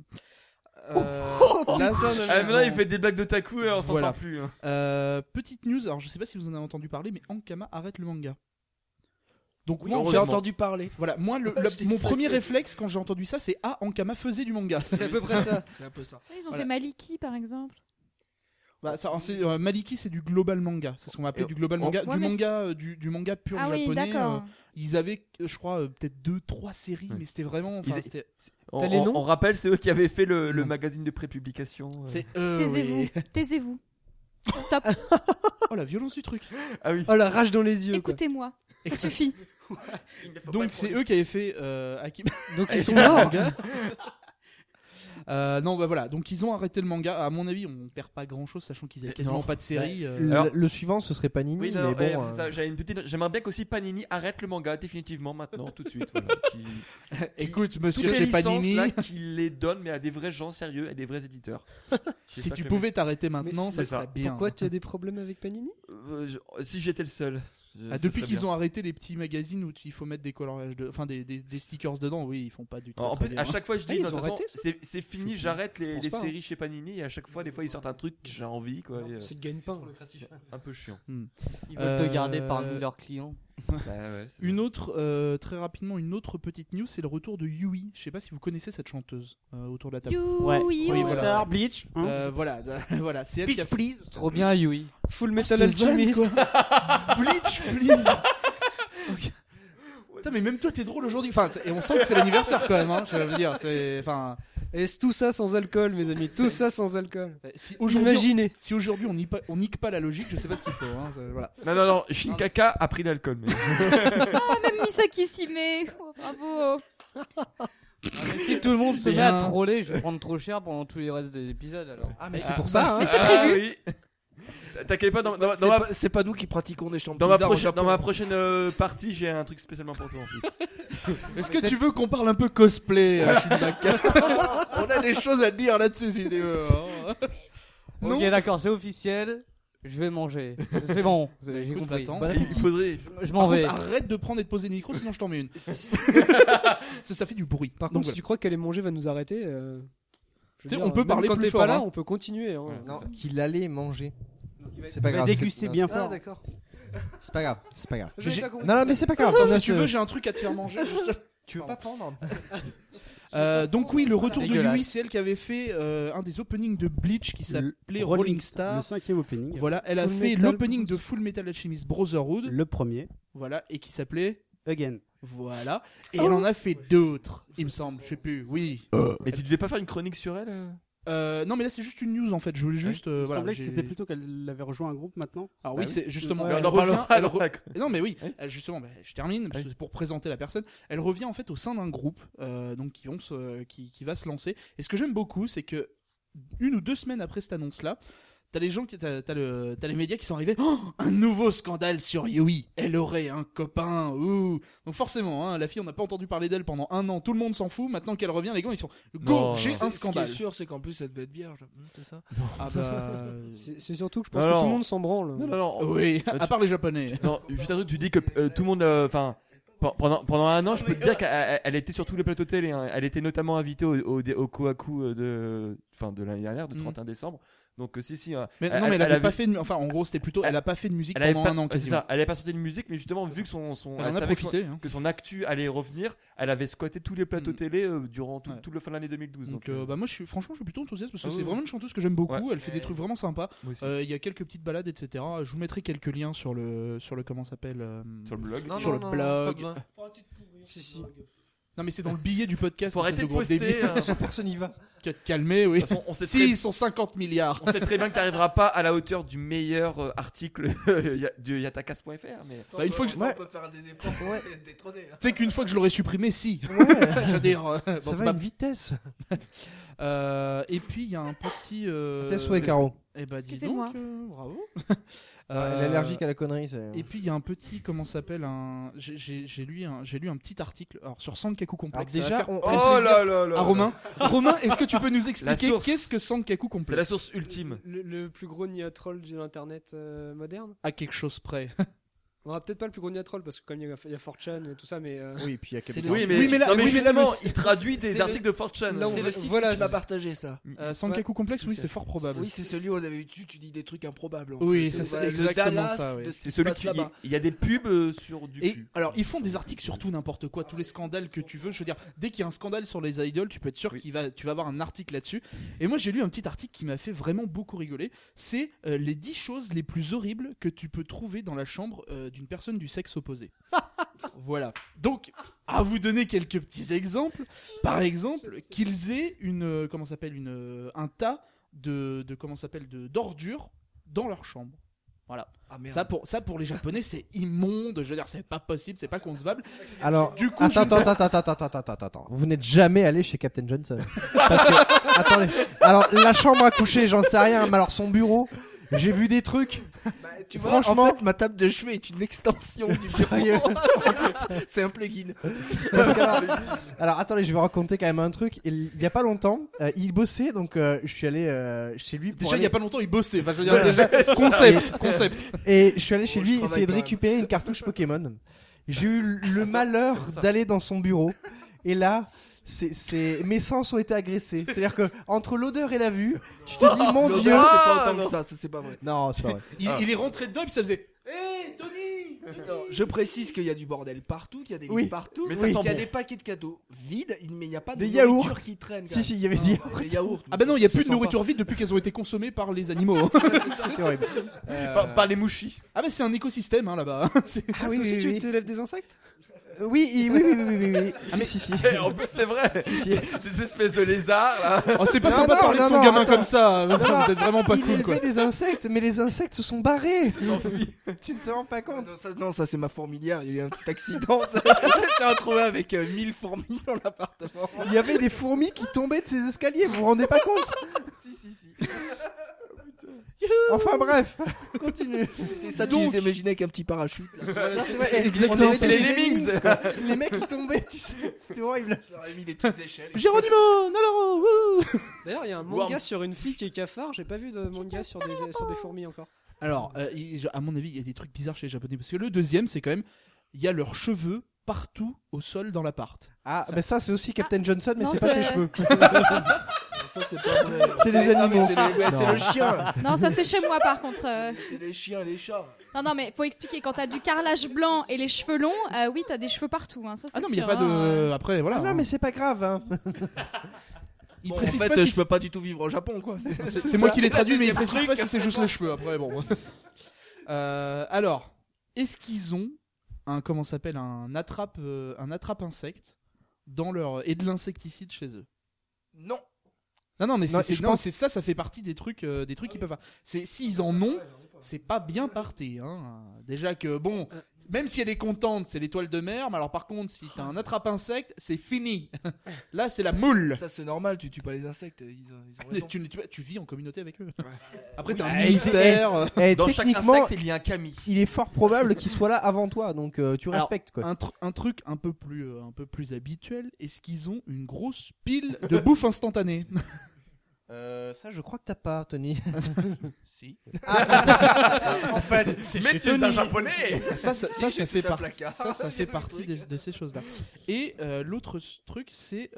Maintenant il fait des blagues de Taku et on s'en sort plus hein. Petite news, alors je sais pas si vous en avez entendu parler, mais Ankama arrête le manga. Donc oui, j'ai entendu parler. Voilà, moi mon premier réflexe quand j'ai entendu ça, c'est Ankama faisait du manga. C'est à peu près ça. C'est un peu ça. Ils ont fait Maliki par exemple. Maliki c'est du global manga, c'est ce qu'on va appeler du global manga, du manga pur japonais. Ils avaient je crois peut-être 2-3 séries, mais c'était vraiment on rappelle, c'est eux qui avaient fait le magazine de prépublication. Taisez-vous. Stop. Oh la violence du truc. Ah oui. Oh la rage dans les yeux. Écoutez-moi, ça suffit. Donc c'est eux qui avaient fait Akima. Donc ils sont morts. Non voilà, donc ils ont arrêté le manga. À mon avis on perd pas grand chose sachant qu'ils avaient quasiment pas de série. Alors, le suivant ce serait Panini, mais bon, j'aimerais bien qu'aussi Panini arrête le manga définitivement maintenant tout de suite voilà, écoute monsieur toutes les chez Panini là, qu'il les donne mais à des vrais gens sérieux, à des vrais éditeurs. Si tu pouvais t'arrêter maintenant ça serait bien. Pourquoi tu as des problèmes avec Panini si j'étais le seul. Depuis qu'ils ont arrêté les petits magazines où il faut mettre des coloriages des stickers dedans, oui, ils font pas du tout. En plus, à chaque fois je dis c'est fini, j'arrête les séries chez Panini et à chaque fois des fois ils sortent un truc que j'ai envie quoi. C'est le gagne-pain. Un peu chiant. Ils veulent te garder parmi leurs clients. Une autre très rapidement, une autre petite news, c'est le retour de Yui. Je sais pas si vous connaissez cette chanteuse autour de la table. Oui, Star Bleach. Voilà, c'est elle Bleach, qui a please. Trop bien, Yui. Full Metal Alchemist. Bleach, please. Okay. Putain, mais même toi t'es drôle aujourd'hui. Et on sent que c'est l'anniversaire quand même. Je veux dire, Et tout ça sans alcool, mes amis. Tout ça sans alcool. Imaginez. Si aujourd'hui on nique pas la logique, je sais pas ce qu'il faut. Voilà. Non. Shinkaka a pris l'alcool. Mais... même Misaki s'y met. Oh, bravo. Si tout le monde se met à troller, je vais prendre trop cher pendant tous les restes des épisodes alors. Ah mais c'est pour ça. Mais c'est prévu. Oui. T'inquiète pas, c'est pas nous qui pratiquons des chants dans ma prochaine partie, j'ai un truc spécialement pour toi en plus. Est-ce que tu veux qu'on parle un peu cosplay, Shinbaka? On a des choses à dire là-dessus si tu veux. Non. Ok, d'accord, c'est officiel. Je vais manger. C'est bon, j'ai compris. Il faudrait. Je m'en vais. Arrête de prendre et de poser le micro, sinon je t'en mets une. Ça fait du bruit. Par contre, si tu crois qu'aller manger va nous arrêter, on peut parler quand plus t'es fort. pas là, on peut continuer. Non, qu'il allait manger. C'est pas grave. Déguster bien Ah, fort. d'accord. C'est pas grave. C'est pas grave. J'avais pas compris. Non, mais c'est pas grave. Si tu veux, j'ai un truc à te faire manger. Tu veux pas prendre Donc oui, le retour de Dégueulasse. Yui, c'est elle qui avait fait un des openings de Bleach qui s'appelait Rolling Star. Le 5e opening. Voilà, elle a Full fait Metal l'opening de Full Metal Alchemist Brotherhood. Le premier. Voilà, et qui s'appelait Again. Voilà. Et elle en a fait d'autres, il me semble. Je sais plus. Oui. Mais tu devais pas faire une chronique sur elle Non, mais là c'est juste une news en fait. Je voulais juste. Il me voilà, semblait que j'ai- c'était plutôt qu'elle avait rejoint un groupe maintenant. Alors oui, c'est justement. Ouais, elle on en revient- parlera elle dans la- Non, mais oui. Justement, je termine parce que pour présenter la personne. Elle revient en fait au sein d'un groupe, donc qui va se lancer. Et ce que j'aime beaucoup, c'est que 1 ou 2 semaines après cette annonce-là. T'as les gens t'as les médias qui sont arrivés. Oh, un nouveau scandale sur Yui. Elle aurait un copain. Ouh. Donc forcément, hein, la fille, on n'a pas entendu parler d'elle pendant 1 an. Tout le monde s'en fout. Maintenant qu'elle revient, les gars, ils sont go. Non. J'ai un Ce scandale. qui est sûr, c'est qu'en plus, elle devait être vierge. C'est ça. Ah bah. C'est surtout que je pense Non, que non. tout le monde s'en branle. Non. Oui, à part les Japonais. Non, juste un truc, tu dis que tout le monde. Enfin. Pendant 1 an, je peux te dire qu'elle était sur tous les plateaux télé. Hein. Elle était notamment invitée au Kohaku de l'année dernière, de 31 décembre. Donc si. Mais non, mais elle avait pas fait. Enfin, en gros, c'était plutôt. Elle a pas fait de musique Elle avait pendant pas, 1 an c'est quasiment. ça. Elle avait pas sorti de musique, mais justement vu que elle Elle en a savait profité. Hein. que son actu allait revenir, elle avait squatté tous les plateaux télé durant Ouais. tout le fin de l'année 2012. Donc bah moi franchement je suis plutôt enthousiaste parce que Ah c'est oui. vraiment une chanteuse que j'aime beaucoup, Ouais. elle fait des trucs vraiment sympas. Moi aussi. Il y a quelques petites balades etc. Je vous mettrai quelques liens sur le comment ça s'appelle Sur le blog. sur le blog. Si. Non mais c'est dans le billet du podcast. Faut arrêter de espèce gros poster. débile. Hein. Personne n'y va. Tu vas te calmer oui. De toute façon, on sait Si très ils sont 50 milliards. On sait très bien que t'arriveras pas à la hauteur du meilleur article de yatakas.fr, mais Bah, une fois que on peut faire des efforts pour être détrôné. tu sais qu'une fois que je l'aurai supprimé si. Ouais. Je veux dire bon, Ça c'est va pas- à une vitesse. Et puis il y a un petit Tes souhaits, Caro. Eh bah dis Excusez-moi. donc bravo. Elle est allergique à la connerie. c'est- Et puis il y a un petit, comment ça s'appelle un... J'ai lu un petit article alors, sur Sankaku Complex. Alors Ça va déjà, faire on- très oh plaisir là là là. à Romain. Romain, est-ce que tu peux nous expliquer source. qu'est-ce que Sankaku C'est Complex la source ultime. Le plus gros niatroll de l'internet moderne. À quelque chose près. On aura peut-être pas le plus gros niatroll parce que comme il y a 4chan et tout ça, mais. Oui, puis il y a C'est quelques- le- Oui, mais, Oui, mais là- non, mais oui, mais là, justement, le- il traduit c'est des le- articles de 4chan. là, on C'est va- le site voilà, que tu m'as c'est- partagé ça. Sankaku Complex, oui, c'est fort probable. Oui, c'est celui où on avait tu dis des trucs improbables. en Oui, fait. ça, c'est Voilà, le exactement Dallas ça, oui. de ce C'est qui se celui passe qui. là-bas. Il y a des pubs sur du Et cul. alors, ils font des articles sur tout n'importe quoi, tous les scandales que tu veux. Je veux dire, dès qu'il y a un scandale sur les idoles, tu peux être sûr Oui. tu vas avoir un article là-dessus. Et moi, j'ai lu un petit article qui m'a fait vraiment beaucoup rigoler. C'est les 10 choses les plus horribles que tu peux trouver dans la chambre d'une personne du sexe opposé. Voilà. Donc, à vous donner quelques petits exemples. Par exemple, qu'ils aient un tas d'ordures dans leur chambre. Voilà. Ah merde. Ça pour les Japonais, c'est immonde. Je veux dire, c'est pas possible, c'est pas concevable. Alors, Du coup, attends. Vous n'êtes jamais allé chez Captain Johnson. Parce que, attendez. Alors, la chambre à coucher, j'en sais rien, mais alors son bureau, j'ai vu des trucs. Bah, tu vois, Franchement- en fait, ma table de chevet est une extension du Sérieux. bureau. C'est un plugin. Parce que alors, attendez, je vais raconter quand même un truc. Il y a pas longtemps, il bossait, donc je suis allé chez lui pour Déjà, il y aller- a pas longtemps, il bossait. Enfin, je veux dire, déjà, concept. Et je suis allé chez Bon, lui je travaille essayer de quand même. récupérer une cartouche Pokémon. J'ai eu le malheur d'aller dans son bureau. Et là, mes sens ont été agressés. C'est-à-dire que entre l'odeur et la vue, tu te dis, mon L'odeur, Dieu. c'est pas autant que ça, c'est pas vrai. Non, c'est pas vrai. Il est rentré dedans et puis ça faisait Hé, Tony Non, je précise qu'il y a du bordel partout, qu'il y a des Oui. livres partout, Mais mais ça qu'il sent y a bon. des paquets de cadeaux vides, mais il n'y a pas de Des nourriture yaourts. qui traîne. Si, il y avait des yaourts. Des yaourts. Ah bah non, il y a plus de Ça sent nourriture vide depuis qu'elles ont été consommées par les animaux. C'était horrible. Par les mouchis. Ah bah c'est un écosystème hein, là-bas. C'est- Ah oui, Aussi, oui, tu oui. t'élèves des insectes Oui. Ah, mais si. Et en plus, c'est vrai. Ces espèces de lézards là. Oh, c'est pas Non, sympa de non, parler de non, son non, gamin attends. comme ça. Non, non, Vous êtes vraiment pas Il cool quoi. élevait des insectes, mais les insectes se sont barrés. Tu ne te rends pas compte. Non, ça c'est ma fourmilière. Il y a eu un petit accident. Je suis retrouvé avec 1000 fourmis dans l'appartement. Il y avait des fourmis qui tombaient de ces escaliers, vous vous rendez pas compte? Si. Enfin bref, continue. C'était ça, Donc- tu les imaginais avec un petit parachute. là. Non, c'est vrai, C'est on exactement dirait ça. des Les Lemmings. quoi. Les mecs qui tombaient, tu sais, c'était horrible. J'aurais mis des petites échelles. Geronimo, Nalaro, wouh. D'ailleurs, il y a un manga sur une fille qui est cafard. J'ai pas vu de manga sur des fourmis encore. Alors, à mon avis, il y a des trucs bizarres chez les Japonais parce que le deuxième, c'est quand même, il y a leurs cheveux partout au sol dans l'appart. Ah, mais ça c'est aussi Captain Johnson, mais non, c'est pas ses c'est- cheveux. Ça, ça c'est pas vrai. C'est des animaux. C'est le chien. Non, ça c'est chez moi par contre. C'est les chiens, les chats. Non, mais faut expliquer. Quand t'as du carrelage blanc et les cheveux longs, oui, t'as des cheveux partout. Hein. Ça, c'est Ah non, mais il sûr, y a pas hein. de. Après, voilà. Ah non, hein. mais c'est pas grave. Hein. Il Bon, en précise fait, pas si je peux pas du tout vivre au Japon, quoi. c'est moi qui l'ai traduit, mais il Deuxième précise pas truc. si c'est juste les cheveux. Après, bon. Alors, est-ce qu'ils ont comment s'appelle un attrape insecte dans leur et de l'insecticide chez eux? Non. Non, mais Non, je pense- c'est ça fait partie des trucs qu'ils peuvent faire. C'est s'ils en ont, c'est pas bien parti. Hein. Déjà que bon, même si elle est contente, c'est l'étoile de mer. Mais alors par contre, si t'as un attrape-insecte, c'est fini. Là, c'est la moule. Ça c'est normal, tu tues pas les insectes, ils ont raison. Tu vis en communauté avec eux. Après, Oui, t'as un bah, ministère. Dans chaque techniquement, insecte, il y a un kami. il est fort probable qu'il soit là avant toi, donc tu Alors, respectes quoi. un truc un peu plus habituel. Est-ce qu'ils ont une grosse pile de bouffe instantanée? Ça, je crois que t'as pas, Tony. Si. En fait, c'est Mais chez tu es un Tony. japonais. Ça j'ai fait tout un partie. placard. Ça fait partie de ces choses-là. Et l'autre truc, c'est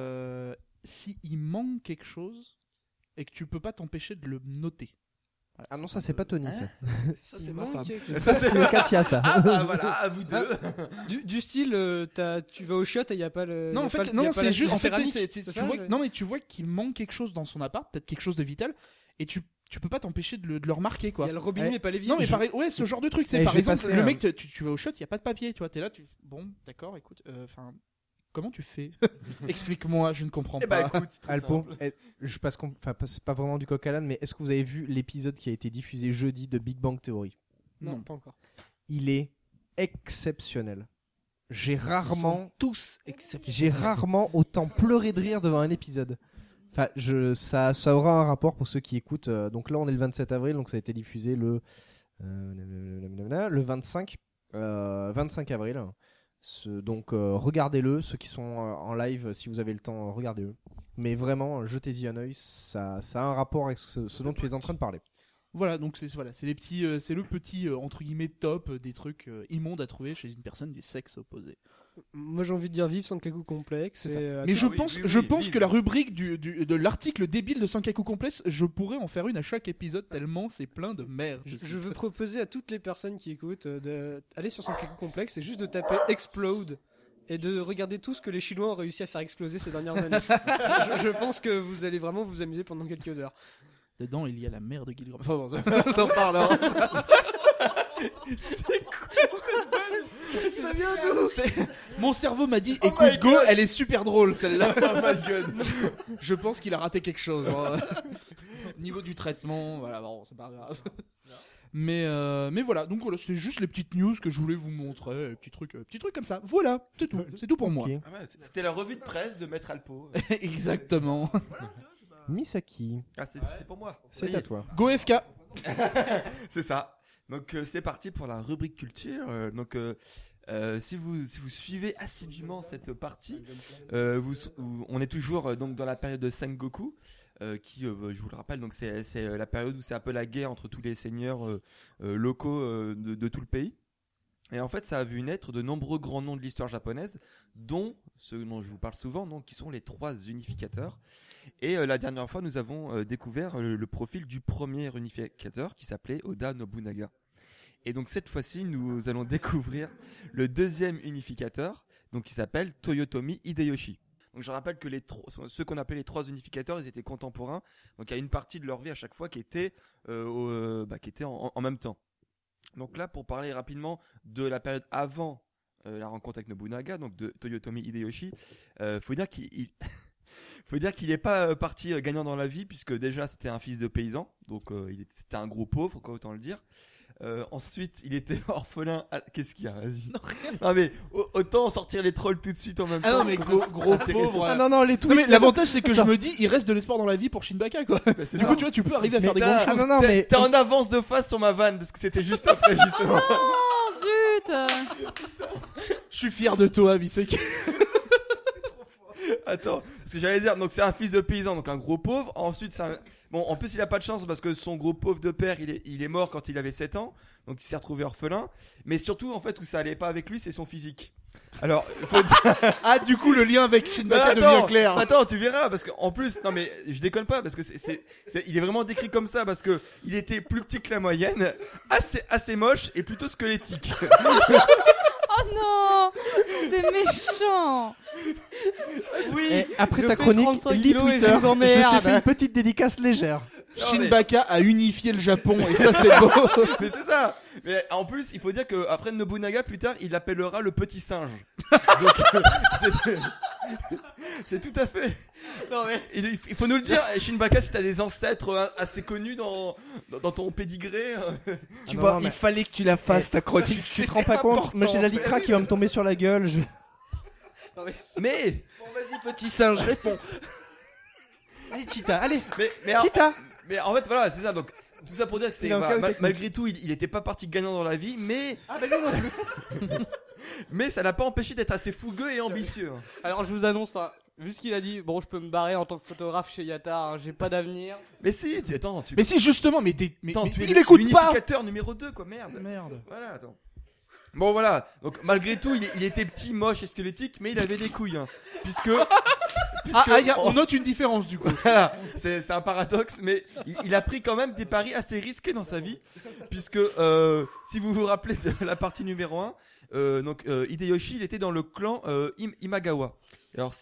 s'il manque quelque chose et que tu peux pas t'empêcher de le noter. Voilà. Ah non, ça c'est pas Tony, ça. Ça c'est ma femme. Ça c'est Katia, ça. Ah bah voilà, à vous deux. Du style, tu vas au shot et il y a pas le. Non, y a en pas- fait, y a non, pas c'est la juste. En fait, céramique, c'est- c'est tu ça, vois, c'est- non, mais tu vois qu'il manque quelque chose dans son appart, peut-être quelque chose de vital, et tu peux pas t'empêcher de le remarquer, Il quoi. y a le robinet, Ouais. mais pas les vies. Non, mais pareil, ouais, ce genre de truc, c'est Eh, par j'ai exemple, passé le un- mec, tu vas au shot, il y a pas de papier, tu vois, t'es là, bon, d'accord, écoute, enfin, comment tu fais? Explique-moi, je ne comprends Eh bah pas. écoute, c'est très Alpo, simple. je passe c'est pas vraiment du coq à l'âne, mais est-ce que vous avez vu l'épisode qui a été diffusé jeudi de Big Bang Theory? Non, pas encore. Il est exceptionnel. J'ai rarement tous exceptionnels. J'ai rarement autant pleuré de rire devant un épisode. Enfin, ça aura un rapport pour ceux qui écoutent. Donc là, on est le 27 avril, donc ça a été diffusé le 25 avril. Donc regardez-le, ceux qui sont en live, si vous avez le temps, regardez-le. Mais vraiment, jetez-y un œil, ça a un rapport avec ce dont tu es en train de parler. Voilà, donc c'est les petits, c'est le petit entre guillemets top des trucs immondes à trouver chez une personne du sexe opposé. Moi j'ai envie de dire vive Sankaku Complex. C'est ça. et, Mais je oui, pense, oui, je oui, pense vive. que la rubrique de l'article débile de Sankaku Complex, je pourrais en faire une à chaque épisode tellement c'est plein de merde. Je veux proposer à toutes les personnes qui écoutent d'aller sur Sankaku Complex et juste de taper Explode et de regarder tout ce que les Chinois ont réussi à faire exploser ces dernières années. je pense que vous allez vraiment vous amuser pendant quelques heures. Dedans, il y a la mère de Gilgram. Enfin bon, ça en parlera. C'est quoi cette vanne? Ça vient d'où? Mon cerveau m'a dit, écoute Go, elle est super drôle celle-là. Oh my god. Je pense qu'il a raté quelque chose. Hein. Niveau du traitement, voilà, bon, c'est pas grave. Mais voilà, donc voilà, c'était juste les petites news que je voulais vous montrer, petits trucs comme ça. Voilà, c'est tout pour moi. Ok. Ah ouais, c'était la revue de presse de Maître Alpo. Exactement. Misaki, Ah, c'est pour moi. c'est Oui. à toi. Go FK. C'est ça. Donc c'est parti pour la rubrique culture. Si vous suivez assidûment cette partie, on est toujours donc dans la période de Sengoku, qui, je vous le rappelle, donc c'est la période où c'est un peu la guerre entre tous les seigneurs locaux de tout le pays. Et en fait, ça a vu naître de nombreux grands noms de l'histoire japonaise, dont ceux dont je vous parle souvent, donc qui sont les 3 unificateurs. Et la dernière fois, nous avons découvert le profil du premier unificateur qui s'appelait Oda Nobunaga. Et donc cette fois-ci, nous allons découvrir le deuxième unificateur, donc qui s'appelle Toyotomi Hideyoshi. Donc je rappelle que ceux qu'on appelait les 3 unificateurs, ils étaient contemporains. Donc il y a une partie de leur vie à chaque fois qui était en même temps. Donc là, pour parler rapidement de la période avant la rencontre avec Nobunaga, donc de Toyotomi Hideyoshi, faut dire qu'il n'est pas parti gagnant dans la vie, puisque déjà c'était un fils de paysan, donc c'était un gros pauvre, quoi, autant le dire. Ensuite, il était orphelin. Qu'est-ce qu'il y a? Vas-y. Non mais autant sortir les trolls tout de suite en même temps. Ah non mais gros pauvre. Ah non, les Non mais l'avantage c'est que je me dis il reste de l'espoir dans la vie pour Shinbaka quoi. Bah, c'est Du ça. coup tu vois tu peux arriver à faire des grandes choses. non, mais T'es en avance de face sur ma vanne, parce que c'était juste après, justement. Oh zut Je suis fier de toi Miseki. Ah Attends, ce que j'allais dire, donc c'est un fils de paysan, donc un gros pauvre. Ensuite, bon, en plus, il a pas de chance parce que son gros pauvre de père, il est mort quand il avait 7 ans, donc il s'est retrouvé orphelin. Mais surtout, en fait, où ça allait pas avec lui, c'est son physique. Alors, faut dire... Ah, du coup, le lien avec Shin Baka attends, devient clair. Attends, tu verras, parce qu'en plus, non mais je déconne pas, parce que il est vraiment décrit comme ça, parce que il était plus petit que la moyenne, assez moche et plutôt squelettique. Oh non, c'est méchant. Oui. Et après je ta fais chronique, 35 lis kilos et Twitter. je vous emmerde. Je te fais une petite dédicace légère. Non, Shin mais- Baka a unifié le Japon et ça c'est beau. Mais c'est ça. Mais en plus, il faut dire que après Nobunaga, plus tard, il l'appellera le petit singe. Donc, c'est tout à fait. Non, mais... Il faut nous le dire, Shin Baka, si t'as des ancêtres assez connus dans ton pédigré. Tu non, vois, non, mais- il fallait que tu la fasses ta chronique. Tu te rends pas compte? Moi j'ai la lycra qui va me tomber sur la gueule. Mais Bon, vas-y, petit singe, réponds. Allez, Cheetah, allez. mais en fait, voilà, c'est ça. Donc, tout ça pour dire que c'est Il est en voilà, chaos technique. malgré tout, il était pas parti gagnant dans la vie, mais Ah, bah lui non plus. mais ça l'a pas empêché d'être assez fougueux et ambitieux. Alors, je vous annonce, hein, vu ce qu'il a dit, bon, je peux me barrer en tant que photographe chez Yata, hein, j'ai pas d'avenir. Mais si, attends, Mais si, justement, mais attends, tu es il écoute pas. l'unificateur numéro 2, quoi, merde. Merde. Voilà, attends. Bon, voilà. Donc, malgré tout, il était petit, moche et squelettique, mais il avait des couilles, hein. Puisque On note une différence du coup. Voilà, c'est un paradoxe, mais il a pris quand même des paris assez risqués dans sa vie, puisque si vous vous rappelez de la partie numéro 1, donc Hideyoshi, il était dans le clan Imagawa. Alors,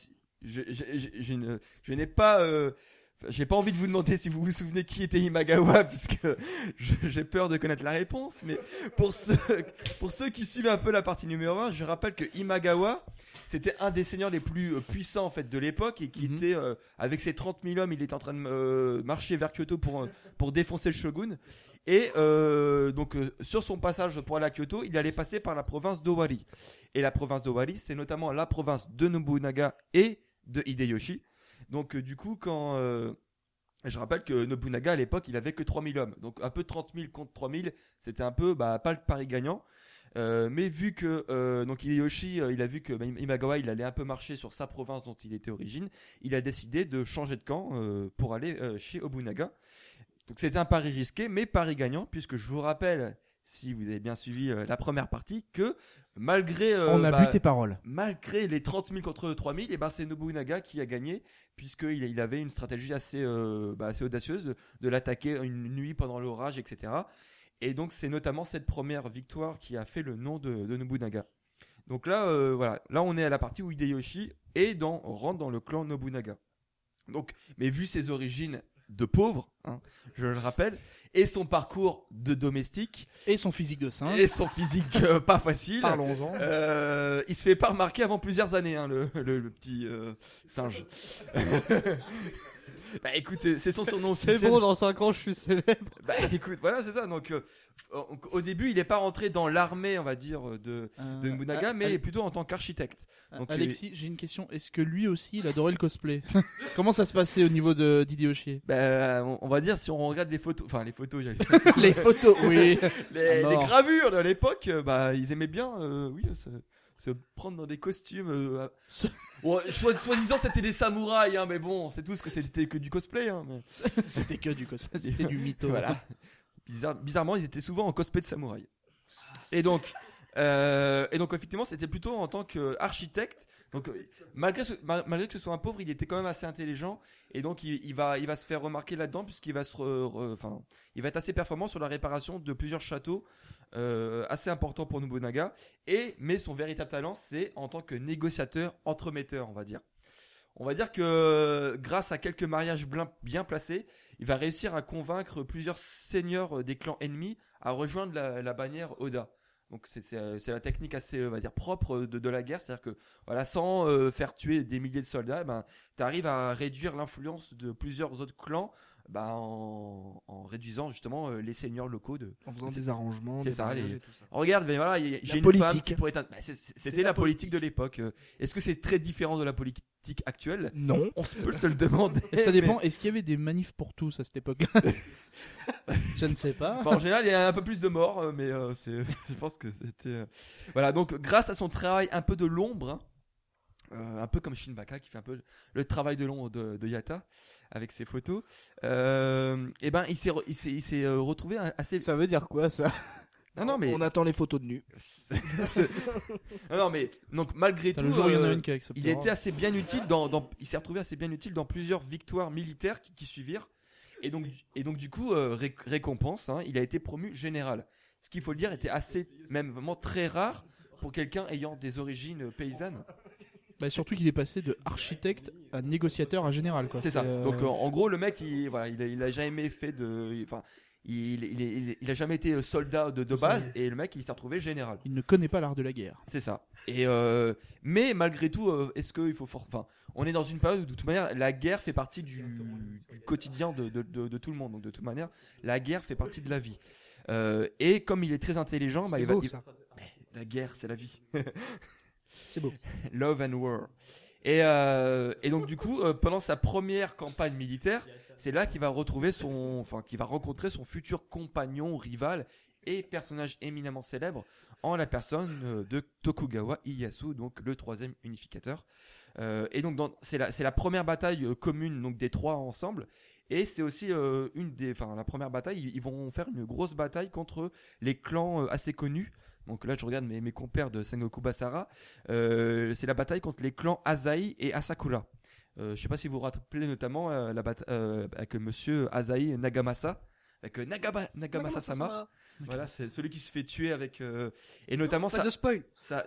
je n'ai pas... j'ai pas envie de vous demander si vous vous souvenez qui était Imagawa, puisque j'ai peur de connaître la réponse, mais pour ceux qui suivent un peu la partie numéro 1, je rappelle que Imagawa, c'était un des seigneurs les plus puissants en fait de l'époque et qui était avec ses 30 000 hommes, il était en train de marcher vers Kyoto pour défoncer le shogun. Et donc sur son passage pour aller à Kyoto, il allait passer par la province d'Owari. Et la province d'Owari, c'est notamment la province de Nobunaga et de Hideyoshi. Donc du coup, quand je rappelle que Nobunaga à l'époque, il avait que 3000 hommes. Donc un peu 30 000 contre 3000, c'était un peu pas le pari gagnant. Mais vu que donc Hideyoshi, il a vu que Imagawa, il allait un peu marcher sur sa province dont il était origine, il a décidé de changer de camp pour aller chez Nobunaga. Donc c'était un pari risqué, mais pari gagnant, puisque je vous rappelle, si vous avez bien suivi la première partie, que malgré On a bu tes paroles. malgré les 30 000 contre 3 000, et ben c'est Nobunaga qui a gagné, puisqu'il avait une stratégie assez audacieuse de l'attaquer une nuit pendant l'orage, etc. Et donc c'est notamment cette première victoire qui a fait le nom de Nobunaga. Donc là, voilà, là on est à la partie où Hideyoshi rentre dans le clan Nobunaga. Donc, mais vu ses origines de pauvre, hein, je le rappelle, et son parcours de domestique, Et son physique de singe. et son physique pas facile, Parlons-en. il se fait pas remarquer avant plusieurs années, hein, le petit singe. Bah écoute, c'est son surnom. C'est officiel. bon, dans 5 ans, je suis célèbre. Bah écoute, voilà, c'est ça. Donc, au début, il est pas rentré dans l'armée, on va dire, de Nobunaga, mais plutôt en tant qu'architecte. Donc, Alexis, j'ai une question. Est-ce que lui aussi, il adorait le cosplay? Comment ça se passait au niveau d'Hideyoshi? bah, on va dire, si on regarde les photos, enfin les photos, Les photos, oui. les À mort. gravures de l'époque, bah ils aimaient bien, oui, se prendre dans des costumes. Bon, soi-disant c'était des samouraïs, hein, mais bon, on sait tous que c'était que du cosplay. Hein, mais... C'était que du cosplay, c'était du mytho. Voilà. Bizarrement, ils étaient souvent en cosplay de samouraï. Et donc effectivement, c'était plutôt en tant qu'architecte. Donc, malgré que ce soit un pauvre, il était quand même assez intelligent. Et donc, il va se faire remarquer là-dedans, puisqu'il va il va être assez performant sur la réparation de plusieurs châteaux, assez importants pour Nobunaga. Mais son véritable talent, c'est en tant que négociateur, entremetteur, on va dire. On va dire que grâce à quelques mariages bien placés, il va réussir à convaincre plusieurs seigneurs des clans ennemis à rejoindre la bannière Oda. Donc c'est la technique assez, on va dire, propre de la guerre, c'est-à-dire que voilà, sans faire tuer des milliers de soldats, tu arrives à réduire l'influence de plusieurs autres clans, en réduisant justement les seigneurs locaux En faisant des arrangements. C'est des ça, mariages les- et tout ça. Regarde, mais voilà, j'ai une politique. femme qui pourrait être... C'était la politique de l'époque. Est-ce que c'est très différent de la politique actuelle? Non. On peut se le demander. Et ça mais- dépend, est-ce qu'il y avait des manifs pour tous à cette époque-là? Je ne sais pas. Enfin, en général, il y a un peu plus de morts, mais je pense que c'était... Voilà, donc grâce à son travail un peu de l'ombre, hein, un peu comme Shinbaka qui fait un peu le travail de l'ombre de Yatta avec ses photos. Et ben il s'est retrouvé assez. Ça veut dire quoi ça? Non mais On attend les photos de nu. non mais donc malgré Putain, tout, le jour, il y en a une qui acceptera. il était assez bien utile il s'est retrouvé assez bien utile dans plusieurs victoires militaires qui suivirent. Et donc du coup récompense, hein, il a été promu général. Ce qu'il faut le dire était assez, même vraiment très rare pour quelqu'un ayant des origines paysannes. Bah, surtout qu'il est passé de architecte à négociateur à général, quoi. C'est ça. Donc en gros le mec il a jamais fait il a jamais été soldat de base et le mec il s'est retrouvé général. Il ne connaît pas l'art de la guerre. C'est ça. Et mais malgré tout, est-ce qu'il faut on est dans une période où de toute manière la guerre fait partie du quotidien de tout le monde. Donc de toute manière, la guerre fait partie de la vie. Et comme il est très intelligent, C'est beau, ça. Mais la guerre, c'est la vie. C'est beau. Love and war. Et donc du coup, pendant sa première campagne militaire, c'est là qu'il va rencontrer son futur compagnon, rival et personnage éminemment célèbre en la personne de Tokugawa Ieyasu, donc le troisième unificateur. Et donc c'est la première bataille commune donc des trois ensemble. Et c'est aussi la première bataille. Ils vont faire une grosse bataille contre les clans assez connus. Donc là, je regarde mes compères de Sengoku Basara. C'est la bataille contre les clans Asahi et Asakura. Je sais pas si vous vous rappelez notamment la bataille avec Monsieur Asahi Nagamasa, avec Nagamasa-sama. Voilà, c'est celui qui se fait tuer avec et notamment Pas de spoil. ça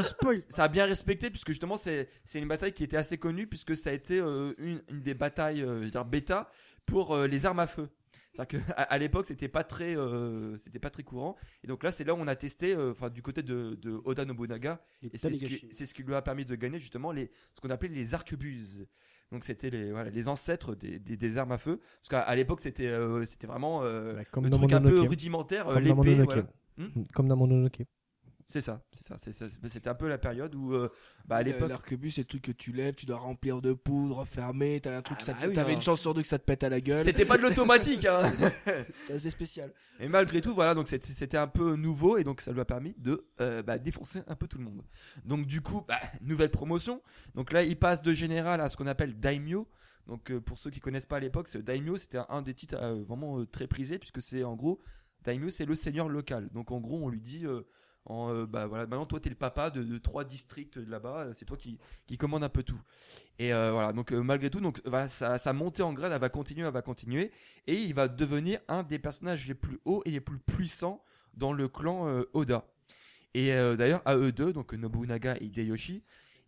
a bien respecté puisque justement c'est une bataille qui était assez connue puisque ça a été une des batailles je veux dire bêta pour les armes à feu. C'est-à-dire qu'à l'époque c'était pas très courant et donc là c'est là où on a testé du côté de Oda Nobunaga et c'est ce qui lui a permis de gagner justement ce qu'on appelait les arquebuses. Donc c'était les ancêtres des armes à feu parce qu'à l'époque c'était vraiment comme le dans truc un peu Mononoke. rudimentaire, Comme dans l'épée Mononoke. Comme dans Mononoke. C'est ça. C'était un peu la période où, à l'époque. L'arquebus, c'est le truc que tu lèves, tu dois remplir de poudre, fermer, t'as un truc, t'avais hein. une chance sur deux que ça te pète à la gueule. C'était pas de l'automatique, hein. C'était assez spécial. Et malgré tout, voilà, donc c'était un peu nouveau et donc ça lui a permis de défoncer un peu tout le monde. Donc du coup, nouvelle promotion. Donc là, il passe de général à ce qu'on appelle daimyo. Donc pour ceux qui connaissent pas à l'époque, daimyo, c'était un des titres vraiment très prisé puisque c'est en gros, daimyo, c'est le seigneur local. Donc en gros, on lui dit. Maintenant toi t'es le papa de 3 districts là-bas, c'est toi qui commande un peu tout. Et voilà, donc malgré tout, donc sa montée en grade, elle va continuer, et il va devenir un des personnages les plus hauts et les plus puissants dans le clan Oda. Et d'ailleurs à eux deux, donc Nobunaga et Hideyoshi,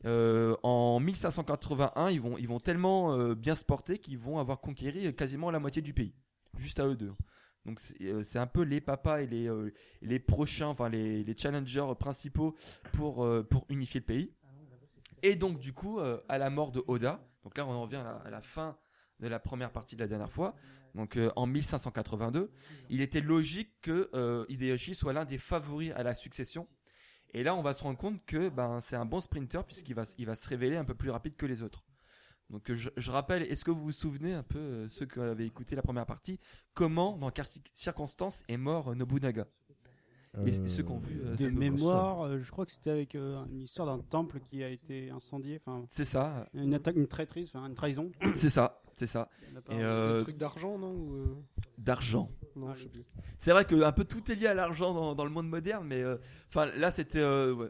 en 1581, ils vont tellement bien se porter qu'ils vont avoir conquéri quasiment la moitié du pays, juste à eux deux. Donc c'est un peu les papas et les prochains, enfin les challengers principaux pour unifier le pays. Et donc du coup, à la mort de Oda, donc là on en revient à la fin de la première partie de la dernière fois, donc en 1582, il était logique que Hideyoshi soit l'un des favoris à la succession. Et là on va se rendre compte que c'est un bon sprinter puisqu'il va se révéler un peu plus rapide que les autres. Donc je rappelle, est-ce que vous vous souvenez un peu, ceux qui avaient écouté la première partie, comment, dans quelles circonstances est mort Nobunaga et ceux qui ont vu de mémoire, je crois que c'était avec une histoire d'un temple qui a été incendié. C'est ça. Une attaque, une traîtrise, une trahison. C'est ça. Et c'est un truc d'argent, non D'argent. Non, je sais plus. C'est vrai que un peu tout est lié à l'argent dans le monde moderne, mais là c'était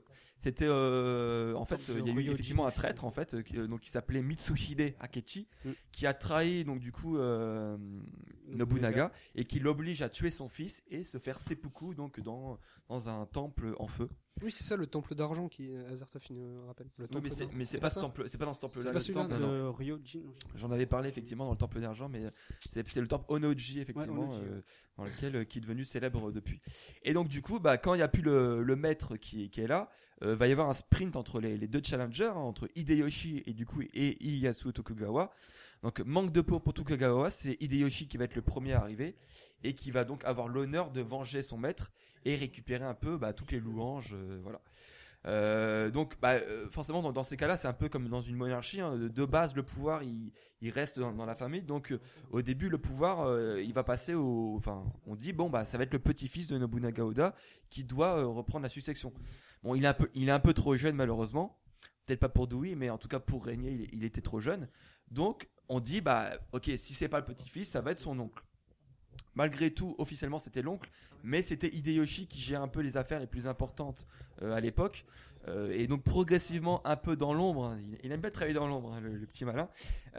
en fait il y a eu effectivement un traître en fait donc qui s'appelait Mitsuhide Akechi qui a trahi donc du coup Nobunaga et qui l'oblige à tuer son fils et se faire seppuku donc dans un temple en feu. Oui, c'est ça le temple d'argent qui Azertov nous rappelle. Mais c'est pas ce temple, c'est pas dans ce temple là. C'est pas le Ryojin. J'en avais parlé effectivement dans le temple d'argent, mais c'est le temple Onoji effectivement, dans lequel qui est devenu célèbre depuis. Et donc du coup, quand il y a plus le maître qui est là, va y avoir un sprint entre les deux challengers, entre Hideyoshi et Ieyasu Tokugawa. Donc manque de peau pour Tokugawa, c'est Hideyoshi qui va être le premier à arriver et qui va donc avoir l'honneur de venger son maître et récupérer un peu toutes les louanges, voilà. Forcément dans ces cas-là c'est un peu comme dans une monarchie, hein. De base le pouvoir il reste dans la famille, donc au début le pouvoir il va passer on dit ça va être le petit-fils de Nobunaga Oda qui doit reprendre la succession. Bon il est un peu trop jeune malheureusement, peut-être pas pour Dewey, mais en tout cas pour régner, il était trop jeune. Donc on dit ok, si c'est pas le petit-fils, ça va être son oncle. Malgré tout, officiellement c'était l'oncle, mais c'était Hideyoshi qui gère un peu les affaires les plus importantes à l'époque. Et donc progressivement un peu dans l'ombre, hein. Il aime bien travailler dans l'ombre, hein, le petit malin.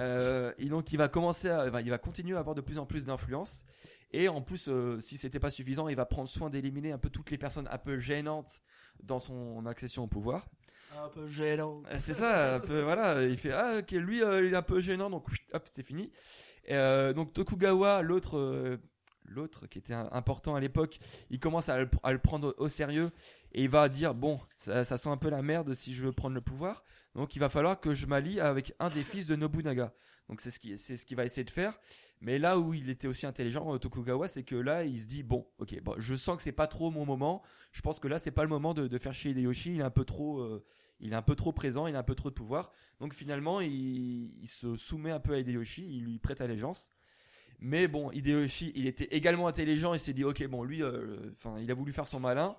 Et donc il va continuer à avoir de plus en plus d'influence. Et en plus, si c'était pas suffisant, il va prendre soin d'éliminer un peu toutes les personnes un peu gênantes dans son accession au pouvoir. Un peu gênant. C'est ça, un peu, voilà. Il fait ok, lui il est un peu gênant, donc hop, c'est fini. Donc Tokugawa, l'autre qui était important à l'époque, il commence à le prendre au sérieux et il va dire bon, ça sent un peu la merde si je veux prendre le pouvoir, donc il va falloir que je m'allie avec un des fils de Nobunaga. Donc c'est ce qu'il va essayer de faire. Mais là où il était aussi intelligent, Tokugawa, c'est que là il se dit bon, je sens que c'est pas trop mon moment. Je pense que là c'est pas le moment de faire chier Hideyoshi. Il est un peu trop présent, il a un peu trop de pouvoir. Donc finalement il se soumet un peu à Hideyoshi, il lui prête allégeance. Mais bon, Hideyoshi, il était également intelligent. Il s'est dit ok, bon lui, il a voulu faire son malin.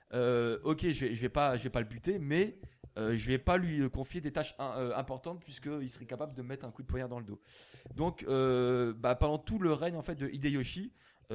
Ok, je vais pas le buter, mais je vais pas lui confier des tâches importantes puisqu'il serait capable de mettre un coup de poignard dans le dos. Donc pendant tout le règne en fait de Hideyoshi,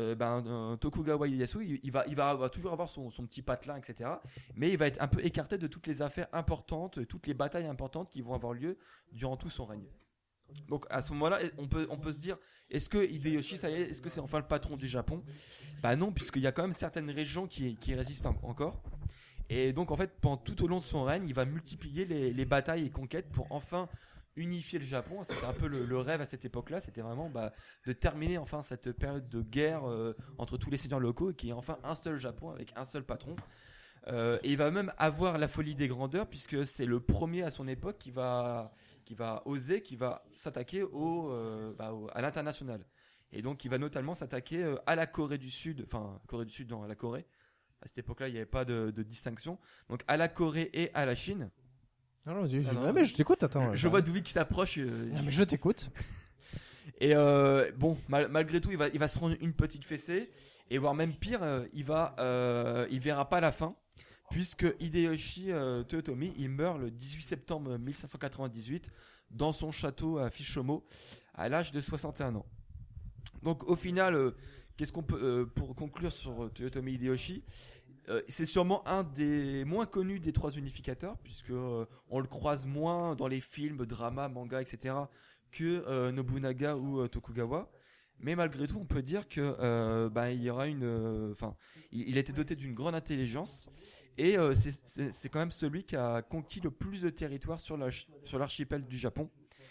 Tokugawa Ieyasu, il va toujours avoir son petit patelin, etc. Mais il va être un peu écarté de toutes les affaires importantes, toutes les batailles importantes qui vont avoir lieu durant tout son règne. Donc à ce moment-là, on peut se dire, est-ce que Hideyoshi, ça y est, est-ce que c'est enfin le patron du Japon ? Non, puisqu'il y a quand même certaines régions qui résistent encore. Et donc en fait, tout au long de son règne, il va multiplier les batailles et conquêtes pour enfin unifier le Japon. C'était un peu le rêve à cette époque-là, c'était vraiment de terminer enfin cette période de guerre entre tous les seigneurs locaux et qu'il y ait enfin un seul Japon avec un seul patron. Et il va même avoir la folie des grandeurs puisque c'est le premier à son époque qui va oser, qui va s'attaquer à l'international. Et donc il va notamment s'attaquer à la Corée du Sud, à la Corée. À cette époque-là, il n'y avait pas de distinction. Donc à la Corée et à la Chine. Non, mais je t'écoute, attends. Je vois Dewey qui s'approche. Non, mais je t'écoute. Et malgré tout, il va se prendre une petite fessée. Et voire même pire, il verra pas la fin. Puisque Hideyoshi Toyotomi, il meurt le 18 septembre 1598 dans son château à Fishomo à l'âge de 61 ans. Donc au final, qu'est-ce qu'on peut pour conclure sur Toyotomi Hideyoshi, c'est sûrement un des moins connus des trois unificateurs puisque on le croise moins dans les films, dramas, mangas, etc. que Nobunaga ou Tokugawa. Mais malgré tout, on peut dire que il y aura il était doté d'une grande intelligence. Et c'est quand même celui qui a conquis le plus de territoire sur l'archipel du Japon.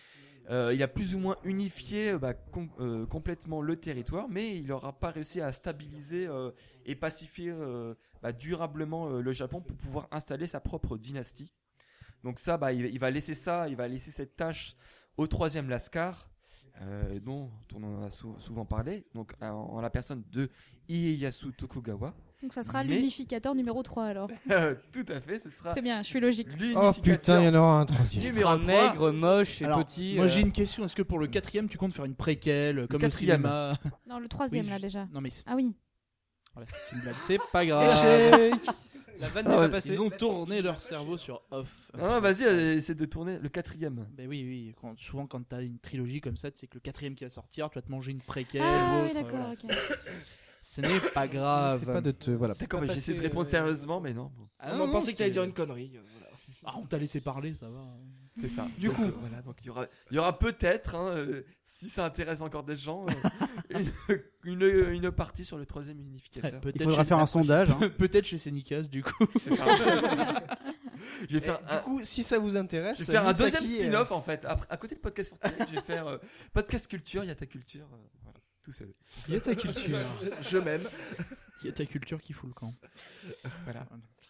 Il a plus ou moins unifié complètement le territoire, mais il n'aura pas réussi à stabiliser et pacifier durablement le Japon pour pouvoir installer sa propre dynastie. Donc ça, il va laisser cette tâche au troisième Lascar, dont on en a souvent parlé, donc en la personne de Ieyasu Tokugawa. Donc ça sera l'unificateur numéro 3 alors. Tout à fait, ce sera. C'est bien, je suis logique. Oh putain, il y en aura un troisième. Numéro maigre, moche et petit. Moi j'ai une question, est-ce que pour le quatrième tu comptes faire une préquelle comme le cinéma ? Non, le troisième là déjà. Non mais. Ah oui. Voilà, c'est une blague, c'est pas grave. La vanne n'est pas passée. Ils ont tourné leur cerveau sur off. Non, vas-y, essaie de tourner le quatrième. Ben oui. Souvent quand t'as une trilogie comme ça, c'est que le quatrième qui va sortir, tu vas te manger une préquelle. Ah ou oui, autre, d'accord, ok. Ce n'est pas grave. C'est pas de te. Voilà. D'accord, mais j'essaie de répondre sérieusement, mais non. On pensait que t'allais dire une connerie. Voilà. Ah, on t'a laissé parler, ça va. C'est ça. Du coup, voilà, donc il y aura peut-être, si ça intéresse encore des gens, une partie sur le troisième unificateur. Il faudra faire un sondage. Hein. Peut-être chez Sénicas, du coup. C'est ça. Je vais faire du coup, si ça vous intéresse, je vais faire un deuxième spin-off en fait. À côté de Podcast for TV, je vais faire Podcast Culture, il y a ta culture. Voilà, tout seul. Il y a ta culture. Je m'aime. Il y a ta culture qui fout le camp. Voilà.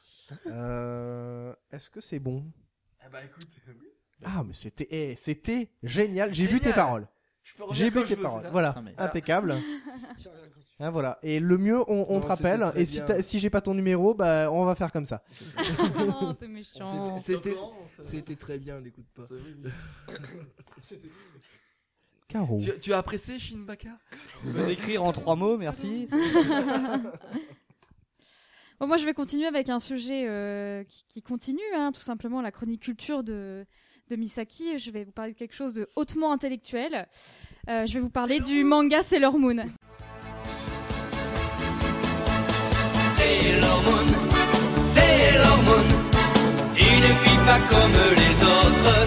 Est-ce que c'est bon ? Écoute, oui. Ah, mais c'était génial. J'ai vu tes paroles. J'ai vu tes paroles. Voilà, impeccable. Ah, voilà. Et le mieux, on te rappelle. Et si j'ai pas ton numéro, on va faire comme ça. Oh, t'es méchant. C'était très bien, n'écoute pas. Caro. Tu as apprécié Shinbaka ? On peut décrire en 3 mots, merci. Bon, moi, je vais continuer avec un sujet qui continue, hein, tout simplement la chronique culture de Misaki. Je vais vous parler de quelque chose de hautement intellectuel. Je vais vous parler du manga Sailor Moon. Sailor Moon, Sailor Moon, il ne vit pas comme les autres.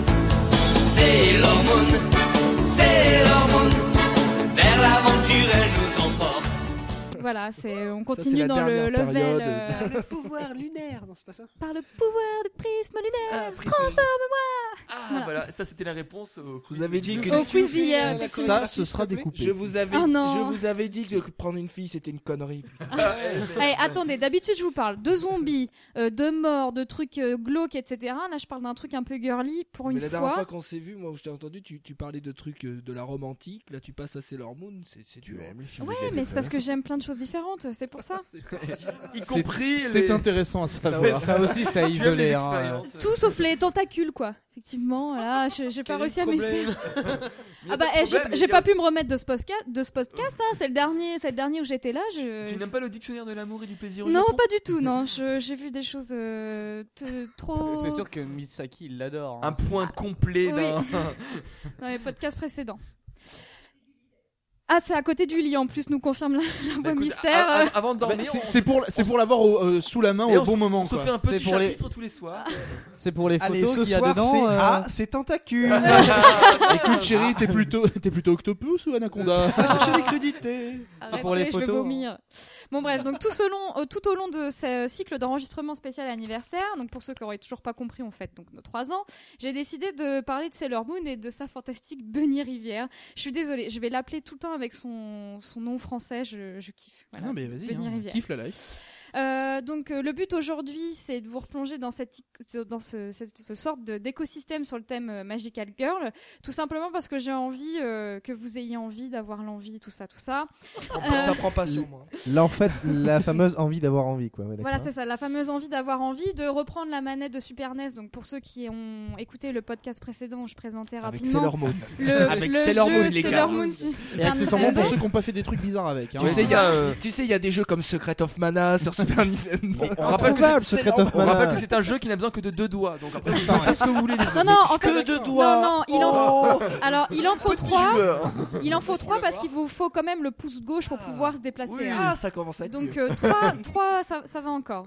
Sailor Moon, Sailor Moon, vers l'aventure elle nous emporte. Voilà, on Ça, continue c'est la dans le dernière level. période. Le pouvoir lunaire, non, c'est pas ça. Par le pouvoir du prisme lunaire, prisme transforme-moi. Ah, voilà, ça c'était la réponse Vous avez dit que Au quiz d'hier. Ça, ce sera découpé. je vous avais, Ah non. je vous avais dit que prendre une fille c'était une connerie. Allez, attendez, d'habitude je vous parle de zombies, de morts, de trucs glauques, etc. Là je parle d'un truc un peu girly pour Mais une la dernière fois. fois qu'on s'est vu, moi je t'ai entendu, tu parlais de trucs de la romantique. Là tu passes à Sailor Moon, c'est dur. Ouais, mais c'est parce que j'aime plein de choses différentes, c'est pour ça. y compris C'est les... intéressant à savoir. Ça aussi, ça a Tu aimes isolé. les hein. expériences. Tout sauf les tentacules, quoi. Effectivement, là, j'ai pas réussi à m'y faire. Ah bah, j'ai pas pu me remettre de ce podcast, hein. C'est le dernier où j'étais là. Tu n'aimes pas le dictionnaire de l'amour et du plaisir au Non, Japon pas du tout, non. J'ai vu des choses trop. C'est sûr que Misaki, il l'adore. hein. Un point complet Oui. d'un... Dans les podcasts précédents. Ah, c'est à côté du lit en plus, nous confirme la voix Écoute, mystère. avant de Bah, dormir, c'est pour l'avoir sous la main Et au on bon moment. on se quoi. fait un petit C'est pour les- chapitre tous les soirs. C'est pour les Allez, photos ce qu'il y a soir, dedans. c'est c'est tentacules. Écoute chérie, t'es plutôt octopus ou anaconda? Va chercher les crudités. Arrête, pour les oui, je vais photos, vomir. Bon bref, donc tout au long de ce cycle d'enregistrement spécial anniversaire, donc pour ceux qui auraient toujours pas compris, on fête donc nos 3 ans, j'ai décidé de parler de Sailor Moon et de sa fantastique Bunny Rivière. Je suis désolée, je vais l'appeler tout le temps avec son nom français, je kiffe. Voilà. Non mais vas-y, Bunny hein, Rivière. kiffe la life. Donc le but aujourd'hui, c'est de vous replonger dans cette sorte d'écosystème sur le thème Magical Girl, tout simplement parce que j'ai envie que vous ayez envie d'avoir l'envie, tout ça. Ça prend pas sur moi. Là, en fait, la fameuse envie d'avoir envie, quoi. Ouais, d'accord. Voilà, c'est ça, la fameuse envie d'avoir envie de reprendre la manette de Super NES. Donc pour ceux qui ont écouté le podcast précédent, je présentais Avec rapidement Sailor Moon. le Sailor jeu Moon, les gars. Sailor Moon Et Super accessoirement pour Nintendo. ceux qui n'ont pas fait des trucs bizarres avec. Hein. Tu sais, il y a des jeux comme Secret of Mana sur Super Nintendo. On rappelle que Introuvable, c'est- Secret of on rappelle Mana. que c'est un jeu qui n'a besoin que de 2 doigts. Donc après, vous faites ce que vous voulez. les Non, autres. non, en Que fait, 2 doigts. non, il en faut 3. Joueur. Il en faut 3 parce qu'il vous faut quand même le pouce gauche pour pouvoir se déplacer. Oui. hein. Ah, ça commence à être Donc mieux. 3 ça va encore.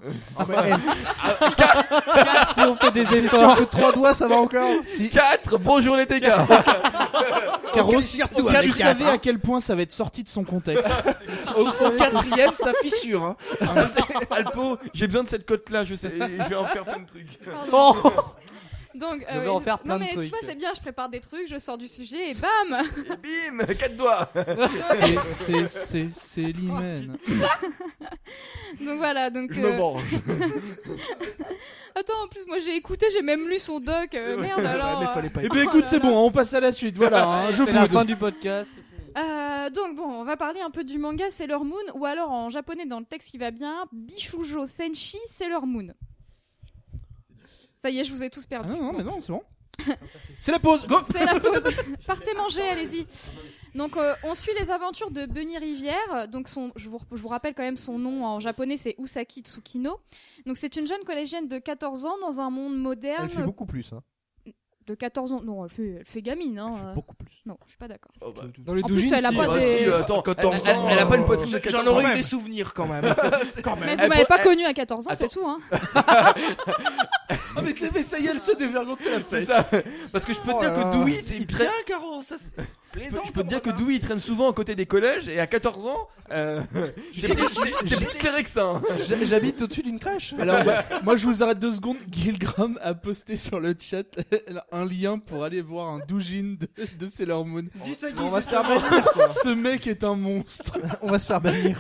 Si on fait des Sûr efforts. que 3 doigts, ça va encore. 4, bonjour les dégâts. Caro, surtout si avec tu savais quatre, à quel point ça va être sorti de son contexte. Au 4ème, ça fissure. Hein. Alpo, j'ai besoin de cette cote-là, je sais, je vais en faire plein de trucs. Pardon. Donc, Je vais en faire plein non de mais tu trucs. vois c'est bien, je prépare des trucs, je sors du sujet et bam. Et bim, 4 doigts. C'est l'hymen. Donc voilà, donc. Je me venge. Attends, en plus moi j'ai écouté, j'ai même lu son doc. Merde alors. Ouais, mais fallait pas Eh y ben Oh écoute, là c'est là. bon, on passe à la suite. Voilà, hein, je C'est la boude. fin du podcast. Donc bon, on va parler un peu du manga Sailor Moon, ou alors en japonais dans le texte qui va bien, Bishujo Senshi Sailor Moon. Ça y est, je vous ai tous Ah perdu. non, mais non, c'est bon. C'est la pause. Go. C'est la pause. Partez manger, allez-y. Donc on suit les aventures de Bunny Rivière. Donc je vous rappelle quand même son nom en japonais, c'est Usaki Tsukino. Donc c'est une jeune collégienne de 14 ans dans un monde moderne. Elle fait beaucoup plus. Hein. De 14 ans. Non, elle fait gamine. Hein. Beaucoup plus. Non, je suis pas d'accord. Dans les En plus, doujins, elle a si, pas bah, des- si, attends, 14 ans. Elle a pas une poitrine de 14 J'en ans. aurais Quand eu des même. souvenirs quand même. Mais vous m'avez pas connu à 14 ans, Attends. c'est tout. Hein. Ah, mais ça y est, elle se dévergonde, c'est la C'est fête. ça. Parce que je peux te dire que Dewey, il traîne. Bien, Caro, ça c'est plaisant. Je peux te dire que Dewey il traîne souvent à côté des collèges et à 14 ans, c'est plus serré que ça. hein. J'habite au-dessus d'une crèche. Alors, moi je vous arrête 2 secondes. Gilgram a posté sur le chat un lien pour aller voir un doujin de Sailor Moon. On va se faire bannir. quoi. Ce mec est un monstre. On va se faire bannir.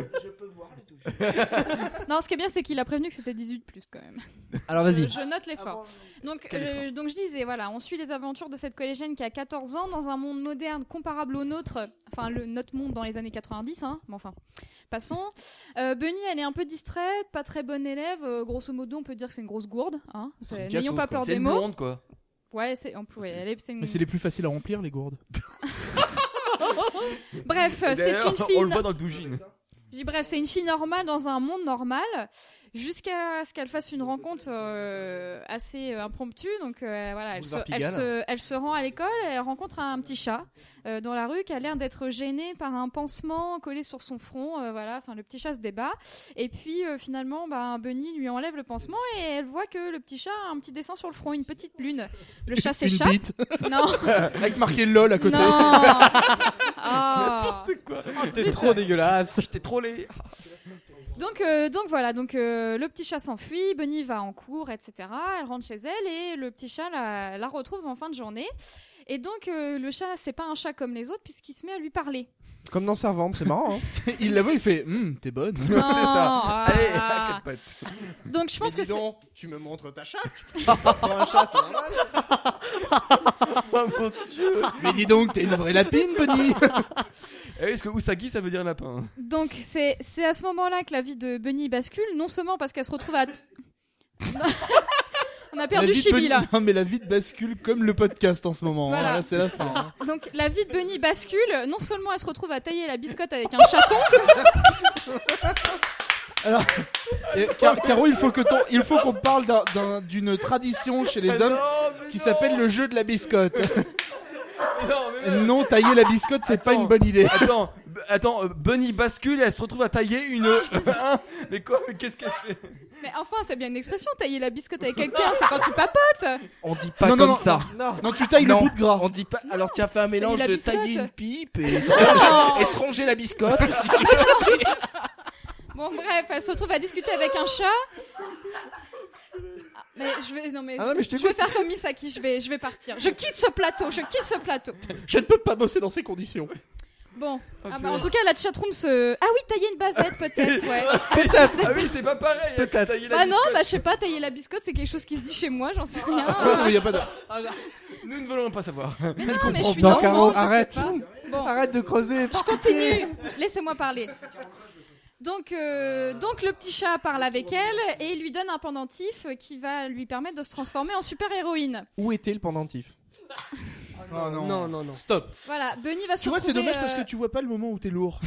Non, ce qui est bien, c'est qu'il a prévenu que c'était 18 quand même. Alors vas-y. Je note l'effort. Donc je disais, voilà, on suit les aventures de cette collégienne qui a 14 ans dans un monde moderne comparable au nôtre, enfin notre monde dans les années 90, hein, mais enfin, passons. Bunny, elle est un peu distraite, pas très bonne élève, grosso modo, on peut dire que c'est une grosse gourde, hein. N'ayons pas peur C'est des une mots. blonde quoi. Ouais, c'est une... Mais c'est les plus faciles à remplir, les gourdes. Bref, c'est D'ailleurs, une on fille. le voit dans le doujin. Je dis bref, c'est une fille normale dans un monde normal, jusqu'à ce qu'elle fasse une rencontre assez impromptue. Donc voilà, elle se rend à l'école et elle rencontre un petit chat dans la rue qui a l'air d'être gêné par un pansement collé sur son front. Voilà, enfin le petit chat se débat. Et puis finalement, Bunny lui enlève le pansement et elle voit que le petit chat a un petit dessin sur le front, une petite lune. Le chat s'échappe. Une bite. Non. Avec marqué LOL à côté. Non. N'importe quoi. C'était trop dégueulasse. J'étais trop laid. Donc voilà, le petit chat s'enfuit, Bunny va en cours, etc. Elle rentre chez elle et le petit chat la retrouve en fin de journée. Et donc le chat, c'est pas un chat comme les autres puisqu'il se met à lui parler. Comme dans Servamp, c'est marrant. Hein. Il la voit, il fait t'es bonne. Non, C'est ça. Allez, quelle pote. Donc je pense que donc, tu me montres ta chatte. Pour un chat, c'est normal. Oh mon Dieu. Mais dis donc, t'es une vraie lapine, Bunny. Est-ce que Usagi ça veut dire lapin? Donc c'est à ce moment-là que la vie de Bunny bascule, non seulement parce qu'elle se retrouve à... On a perdu Chibi là. Non mais la vie bascule comme le podcast en ce moment. Voilà. Là, c'est la fin. Hein. Donc la vie de Bunny bascule, non seulement elle se retrouve à tailler la biscotte avec un chaton. Alors, Caro, il faut qu'on te parle d'une tradition chez les hommes qui s'appelle le jeu de la biscotte. Non, tailler la biscotte, c'est pas une bonne idée. Attends, Bunny bascule et elle se retrouve à tailler une. Mais quoi? Mais qu'est-ce qu'elle fait? Mais enfin, c'est bien une expression, tailler la biscotte avec quelqu'un, c'est quand tu papotes. On dit pas comme ça. Non, tu tailles le bout de gras. On dit pas. Alors tu as fait un mélange de tailler une pipe et Non. se ronger la biscotte si tu veux. Bon bref, elle se retrouve à discuter avec un chat. Mais je vais faire comme Misaki, je vais partir. Je quitte ce plateau. Je ne peux pas bosser dans ces conditions. Bon, en tout cas la chatroom se... Ah oui, tailler une bavette peut-être, ouais. Peut-être. Ah oui, c'est pas pareil. Peut-être. Tailler la Bah non, biscotte. je sais pas, tailler la biscotte c'est quelque chose qui se dit chez moi, j'en sais rien. Il y a pas de... Nous ne voulons pas savoir. Mais non, mais je suis Non, normande, Caro, je sais arrête. pas. Bon, Arrête de creuser. je continue. Laissez-moi parler. Donc le petit chat parle avec elle et lui donne un pendentif qui va lui permettre de se transformer en super-héroïne. Où était le pendentif? Oh non. Non. Stop. Voilà, Bunny va se Tu vois, c'est retrouver... dommage parce que tu vois pas le moment où t'es lourd.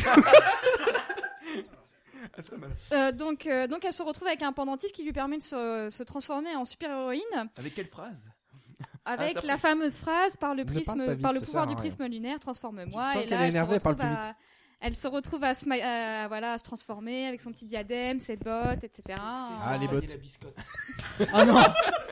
Donc elle se retrouve avec un pendentif qui lui permet de se transformer en super-héroïne. Avec quelle phrase? Avec la fameuse phrase par le Ne parle prisme, pas vite, par le ça pouvoir sert à du rien. prisme lunaire, transforme-moi. Tu sens Et qu'elle là, est énervée, elle parle plus vite. elle se retrouve à se transformer avec son petit diadème, ses bottes, etc. Ah, les bottes. Ah non.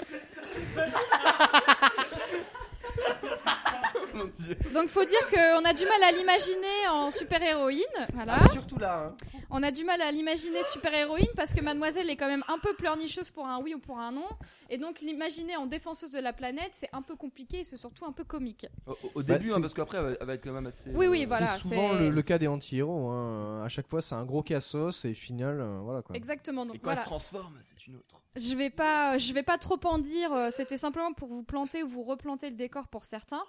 Donc faut dire qu'on a du mal à l'imaginer en super-héroïne. Voilà. Surtout là. Hein. On a du mal à l'imaginer super-héroïne parce que Mademoiselle est quand même un peu pleurnicheuse pour un oui ou pour un non. Et donc l'imaginer en défenseuse de la planète, c'est un peu compliqué et c'est surtout un peu comique. Au début, parce qu'après, elle va être quand même assez. Oui, voilà. C'est souvent le cas des anti-héros. Hein. À chaque fois, c'est un gros cassos et final, voilà quoi. Exactement. Donc Et quand voilà. elle se transforme, c'est une autre. Je vais pas trop en dire. C'était simplement pour vous planter ou vous replanter le décor pour certains.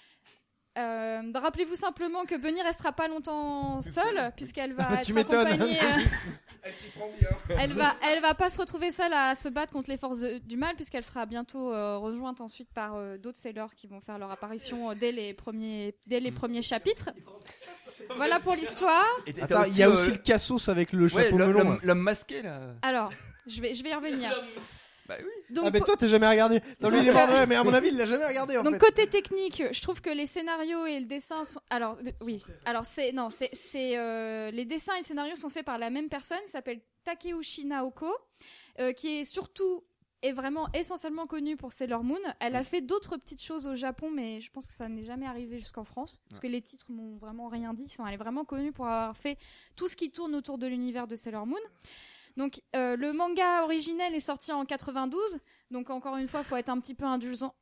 Rappelez-vous simplement que Bunny restera pas longtemps seule puisqu'elle va Tu être m'étonnes. accompagnée. Elle s'y prend bien. Elle va pas se retrouver seule à se battre contre les forces du mal puisqu'elle sera bientôt rejointe ensuite par d'autres sailors qui vont faire leur apparition dès les premiers chapitres. Voilà pour l'histoire. Attends, il y a aussi le cassos avec le chapeau melon. L'homme masqué là. Alors, je vais y revenir. Bah oui. Donc, Ah mais toi t'as jamais regardé. Non lui il est mort de rire, mais à mon avis il l'a jamais regardé en donc fait. côté technique, je trouve que les scénarios et le dessin sont... Alors oui, alors les dessins et le scénario sont faits par la même personne, qui s'appelle Takeuchi Naoko, qui est surtout et vraiment essentiellement connue pour Sailor Moon. Elle a fait d'autres petites choses au Japon, mais je pense que ça n'est jamais arrivé jusqu'en France, parce que les titres m'ont vraiment rien dit. Enfin, elle est vraiment connue pour avoir fait tout ce qui tourne autour de l'univers de Sailor Moon. Donc le manga originel est sorti en 92, donc encore une fois, il faut être un petit peu indulgent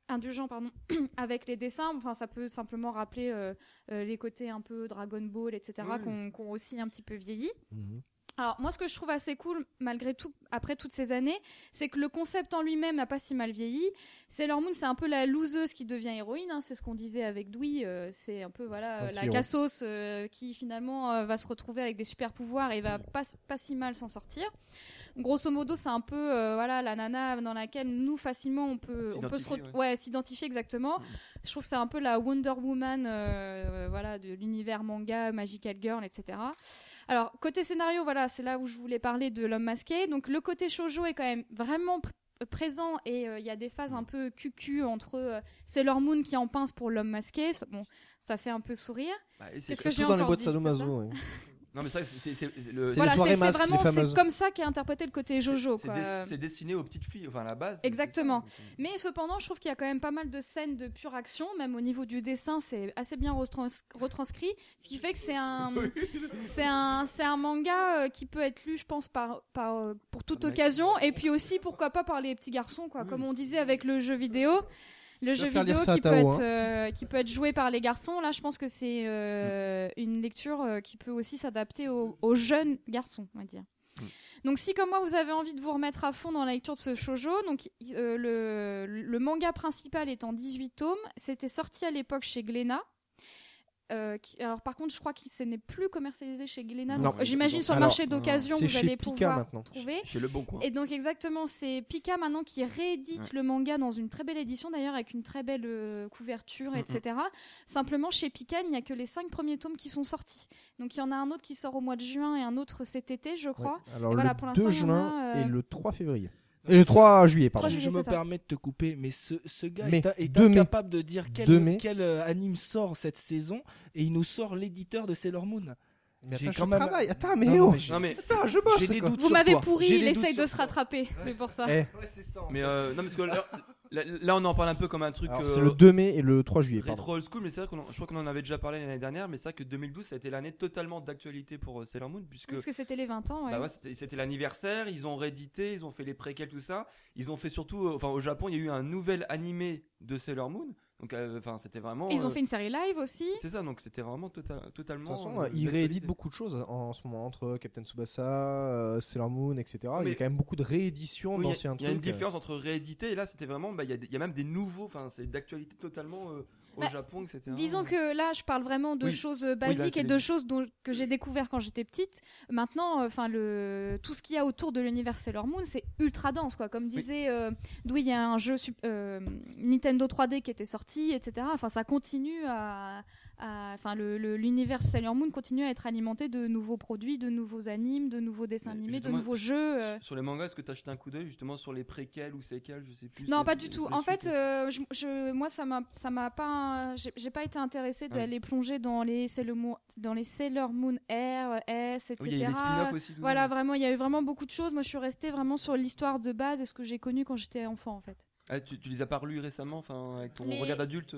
avec les dessins. Enfin, ça peut simplement rappeler les côtés un peu Dragon Ball, etc., qui ont aussi un petit peu vieilli. Alors moi, ce que je trouve assez cool, malgré tout, après toutes ces années, c'est que le concept en lui-même n'a pas si mal vieilli. Sailor Moon, c'est un peu la loseuse qui devient héroïne, hein, c'est ce qu'on disait avec Dewey, c'est un peu la cassos qui finalement va se retrouver avec des super pouvoirs et va pas si mal s'en sortir. Grosso modo, c'est un peu la nana dans laquelle nous facilement on peut s'identifier exactement. Je trouve que c'est un peu la Wonder Woman voilà, de l'univers manga, Magical Girl, etc. Alors, côté scénario, voilà, c'est là où je voulais parler de l'homme masqué. Donc, le côté shoujo est quand même vraiment présent et il y a des phases un peu cucu entre Sailor Moon qui en pince pour l'homme masqué. Bon, ça fait un peu sourire. Qu'est-ce que j'ai dans les boîtes Sadomaso. Ouais. Non mais c'est le voilà, c'est vraiment c'est comme ça qu'est interprété le côté Jojo. C'est destiné aux petites filles, enfin à la base. Exactement. Mais cependant, je trouve qu'il y a quand même pas mal de scènes de pure action, même au niveau du dessin, c'est assez bien retranscrit, ce qui fait que c'est un manga qui peut être lu, je pense, pour toute occasion, et puis aussi pourquoi pas par les petits garçons, quoi. Comme on disait avec le jeu vidéo. Le jeu vidéo qui peut être joué par les garçons, là je pense que c'est une lecture qui peut aussi s'adapter aux jeunes garçons, on va dire. Donc si comme moi vous avez envie de vous remettre à fond dans la lecture de ce shoujo, donc le manga principal est en 18 tomes, c'était sorti à l'époque chez Glénat. Alors par contre je crois qu'il n'est plus commercialisé chez Glénat, donc j'imagine sur le marché d'occasion vous allez pouvoir trouver chez Le Bon Coin. Et donc exactement, c'est Pika maintenant qui réédite le manga dans une très belle édition d'ailleurs, avec une très belle couverture, etc. Simplement chez Pika il n'y a que les 5 premiers tomes qui sont sortis, donc il y en a un autre qui sort au mois de juin et un autre cet été je crois. Alors et voilà, le pour 2 l'instant, juin et le 3 février. Et le 3 juillet, pardon. Je me permets de te couper, mais ce gars mais est incapable de dire quel anime sort cette saison, et il nous sort l'éditeur de Sailor Moon. Mais attends, je travaille. Attends, mais attends, je bosse. Vous m'avez pourri, il essaye de se rattraper, c'est pour ça. Ouais, c'est ça. Mais non, parce que là, on en parle un peu comme un truc. C'est le 2 mai et le 3 juillet. Rétro old school, mais c'est vrai je crois qu'on en avait déjà parlé l'année dernière, mais c'est vrai que 2012, ça a été l'année totalement d'actualité pour Sailor Moon, parce que c'était les 20 ans. Ouais. Bah ouais, c'était l'anniversaire. Ils ont réédité, ils ont fait les préquels, tout ça. Ils ont fait surtout, enfin au Japon, il y a eu un nouvel animé de Sailor Moon. Donc, c'était vraiment. Ils ont fait une série live aussi. C'est ça, donc c'était vraiment totalement. De toute façon, ils rééditent beaucoup de choses en ce moment, entre Captain Tsubasa, Sailor Moon, etc. Il y a quand même beaucoup de rééditions d'anciens trucs. Il y a une différence entre rééditer et là, c'était vraiment. Il y a même des nouveaux. Enfin, c'est d'actualité totalement au Japon, etc. Disons que là, je parle vraiment de choses basiques et de choses que j'ai découvert quand j'étais petite. Maintenant, tout ce qu'il y a autour de l'univers Sailor Moon, c'est ultra dense, quoi. Comme disait d'où il y a un jeu Nintendo 3D qui était sorti, etc. Enfin, ça continue l'univers Sailor Moon continue à être alimenté de nouveaux produits, de nouveaux animes, de nouveaux dessins animés, de nouveaux jeux. Sur les mangas, est-ce que tu as jeté un coup d'œil justement sur les préquels ou séquels, je sais plus. Non, pas du tout. En fait, moi, ça m'a pas. J'ai pas été intéressée d'aller plonger dans les Sailor Moon R, S, etc. Oui, il y a les spin-offs aussi. Voilà, vraiment, il y a eu vraiment beaucoup de choses. Moi, je suis restée vraiment sur l'histoire de base et ce que j'ai connu quand j'étais enfant, en fait. Ah, tu les as pas relus récemment, avec ton regard d'adulte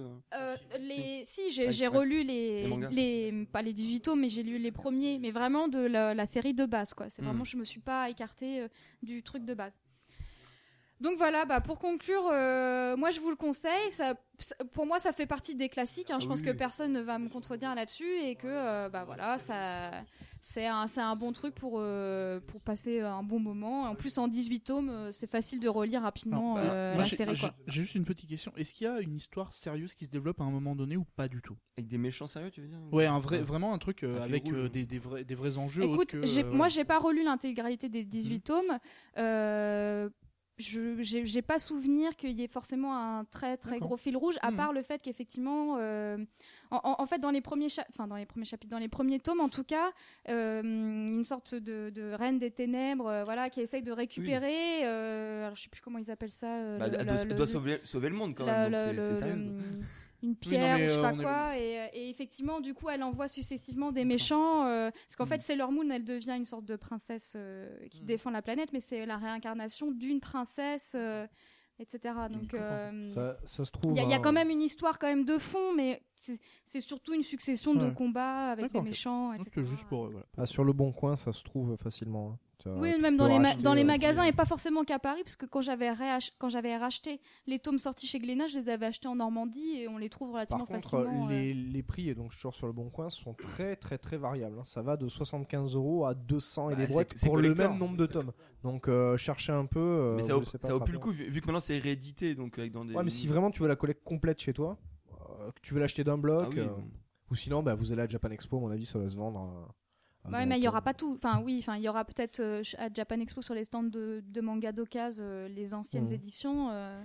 Si, j'ai relu pas les 18 tomes, mais j'ai lu les premiers, mais vraiment de la série de base, quoi. C'est vraiment, je me suis pas écartée du truc de base. Donc voilà, pour conclure, moi je vous le conseille. Pour moi, ça fait partie des classiques. Je pense que personne ne va me contredire là-dessus et que voilà, c'est un bon truc pour passer un bon moment. En plus, en 18 tomes, c'est facile de relire rapidement la série. J'ai juste une petite question. Est-ce qu'il y a une histoire sérieuse qui se développe à un moment donné ou pas du tout? Avec des méchants sérieux, tu veux dire? Ouais, vraiment un truc avec des vrais enjeux. Écoute, moi j'ai pas relu l'intégralité des 18 tomes. J'ai pas souvenir qu'il y ait forcément un très très gros fil rouge, à part le fait qu'effectivement, en fait, dans les premiers chapitres, dans les premiers tomes, en tout cas, une sorte de reine des ténèbres, qui essaye de récupérer. Alors, je sais plus comment ils appellent ça. Elle doit sauver le monde quand même. C'est sérieux. Une pierre ou je sais pas quoi, et effectivement du coup elle envoie successivement des méchants parce qu'en fait Sailor Moon elle devient une sorte de princesse qui défend la planète, mais c'est la réincarnation d'une princesse, etc. Donc ça se trouve il y a quand même une histoire quand même de fond, mais c'est surtout une succession de combats avec des méchants, etc. C'était juste pour sur le Bon Coin ça se trouve facilement. Oui, même dans les magasins, et pas forcément qu'à Paris, parce que quand j'avais racheté les tomes sortis chez Glénat, je les avais achetés en Normandie et on les trouve relativement facilement. Par contre, les prix, donc je suis sur le Bon Coin, sont très très très variables. Ça va de 75 € à 200 et des brouettes pour le même nombre de tomes. Donc cherchez un peu. Mais ça vaut plus le coup, vu que maintenant c'est réédité. Donc, mais si vraiment tu veux la collecte complète chez toi, que tu veux l'acheter d'un bloc, ou sinon vous allez à Japan Expo, à mon avis ça va se vendre. Ouais, mais il y aura pas tout. Il y aura peut-être à Japan Expo sur les stands de manga d'occasion les anciennes éditions.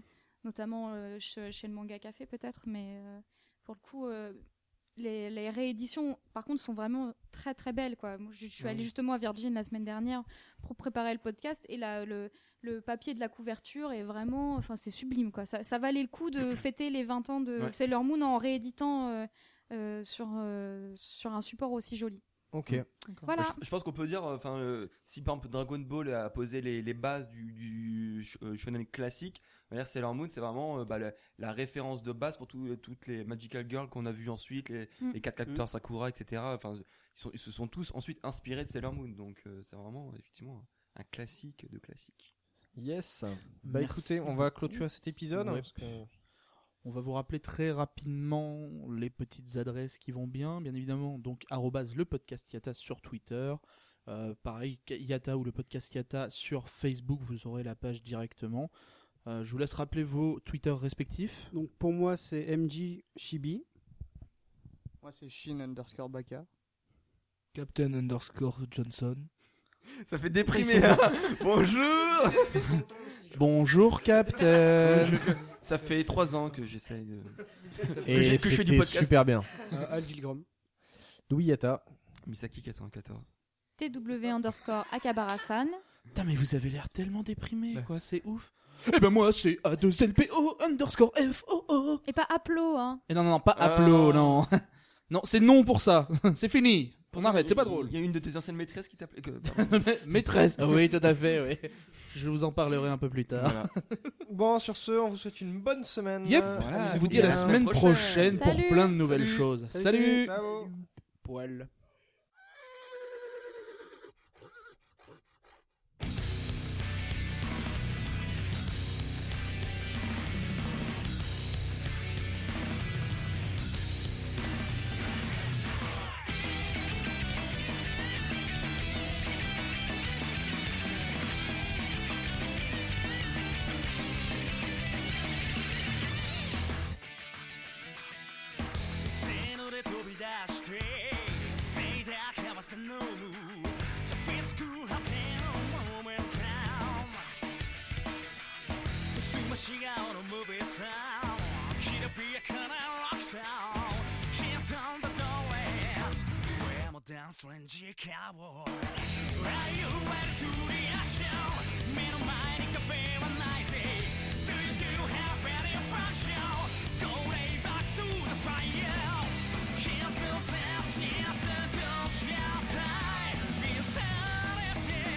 notamment chez le Manga Café peut-être, mais pour le coup, les rééditions, par contre, sont vraiment très très belles, quoi. Moi, je suis allée justement à Virgin la semaine dernière pour préparer le podcast, et là, le papier de la couverture est vraiment, enfin, c'est sublime, quoi. Ça valait le coup de fêter les 20 ans de Sailor Moon en rééditant sur un support aussi joli. Ok. Voilà. Je pense qu'on peut dire, si par exemple Dragon Ball a posé les bases du shonen classique, Sailor Moon c'est vraiment la référence de base pour toutes les Magical Girls qu'on a vues ensuite, les 4 acteurs Sakura, etc. Enfin, ils se sont tous ensuite inspirés de Sailor Moon, donc c'est vraiment effectivement un classique de classique. Yes. Bah écoutez, on va clôturer cet épisode. Ouais. On va vous rappeler très rapidement les petites adresses qui vont bien évidemment, donc @le podcast Yata sur Twitter, pareil Yata ou le podcast Yata sur Facebook, vous aurez la page directement. Je vous laisse rappeler vos Twitter respectifs. Donc pour moi c'est MJ Shibi. Moi c'est Shin_Baka. Captain_Johnson. Ça fait déprimer là. Bonjour. Bonjour Captain. Ça fait 3 ans que j'essaye de... Et que je fais du podcast. Super bien. Al Gilgrom. Louis Yata. Misaki 414. TW_Akabarasan. Putain, mais vous avez l'air tellement déprimé, quoi, c'est ouf. Eh ben moi c'est A2LPO_FOO. Et pas Aplo, hein. Et non, pas Aplo, non. Non, c'est non pour ça. C'est fini. On arrête, c'est pas drôle. Il y a une de tes anciennes maîtresses qui t'appelait. Maîtresse. Ah oui, tout à fait, oui. Je vous en parlerai un peu plus tard. Voilà. Bon, sur ce, on vous souhaite une bonne semaine. Yep. Voilà, Je vous dis à la semaine prochaine pour Salut. plein de nouvelles choses. Salut. Ciao. Poil. Strange cowboy, are you ready to the action? 目の前にカフェはないぜ。Do you have any function? Go way back to the fire. Cancel sense, yes, go shelter. Insanity,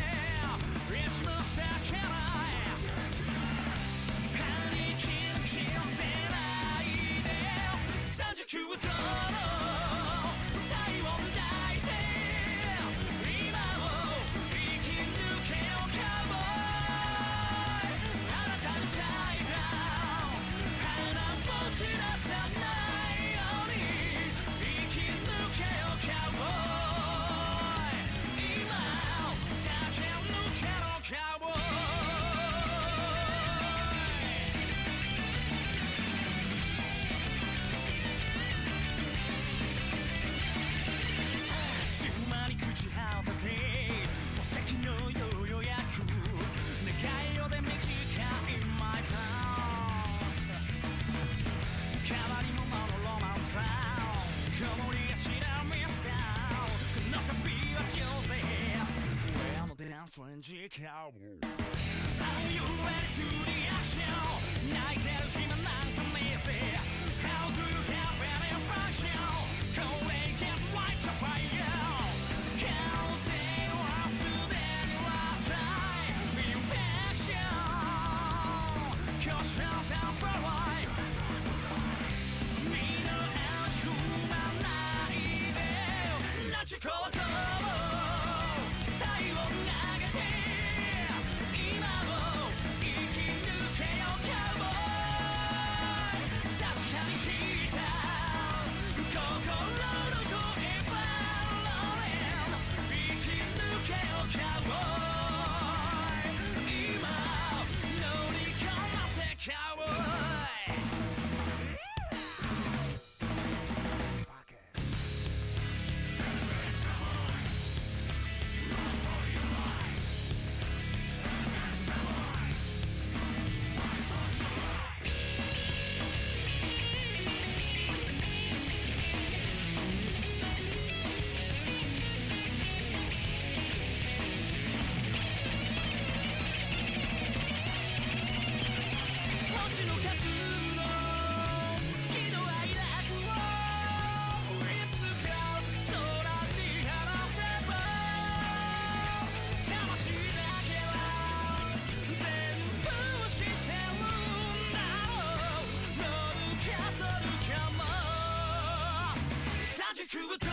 it's most that can I. パニックの気をせないで。39度の体温だ。Strange cowboy. Are you ready to the action? 泣いてる暇なんかねえぜ。How do you have any function? Go and get right to fire. Can't say what's the time. Infection. Cause you're down for life. みんな足踏まないで。何ちこうと確かに聞いたく歌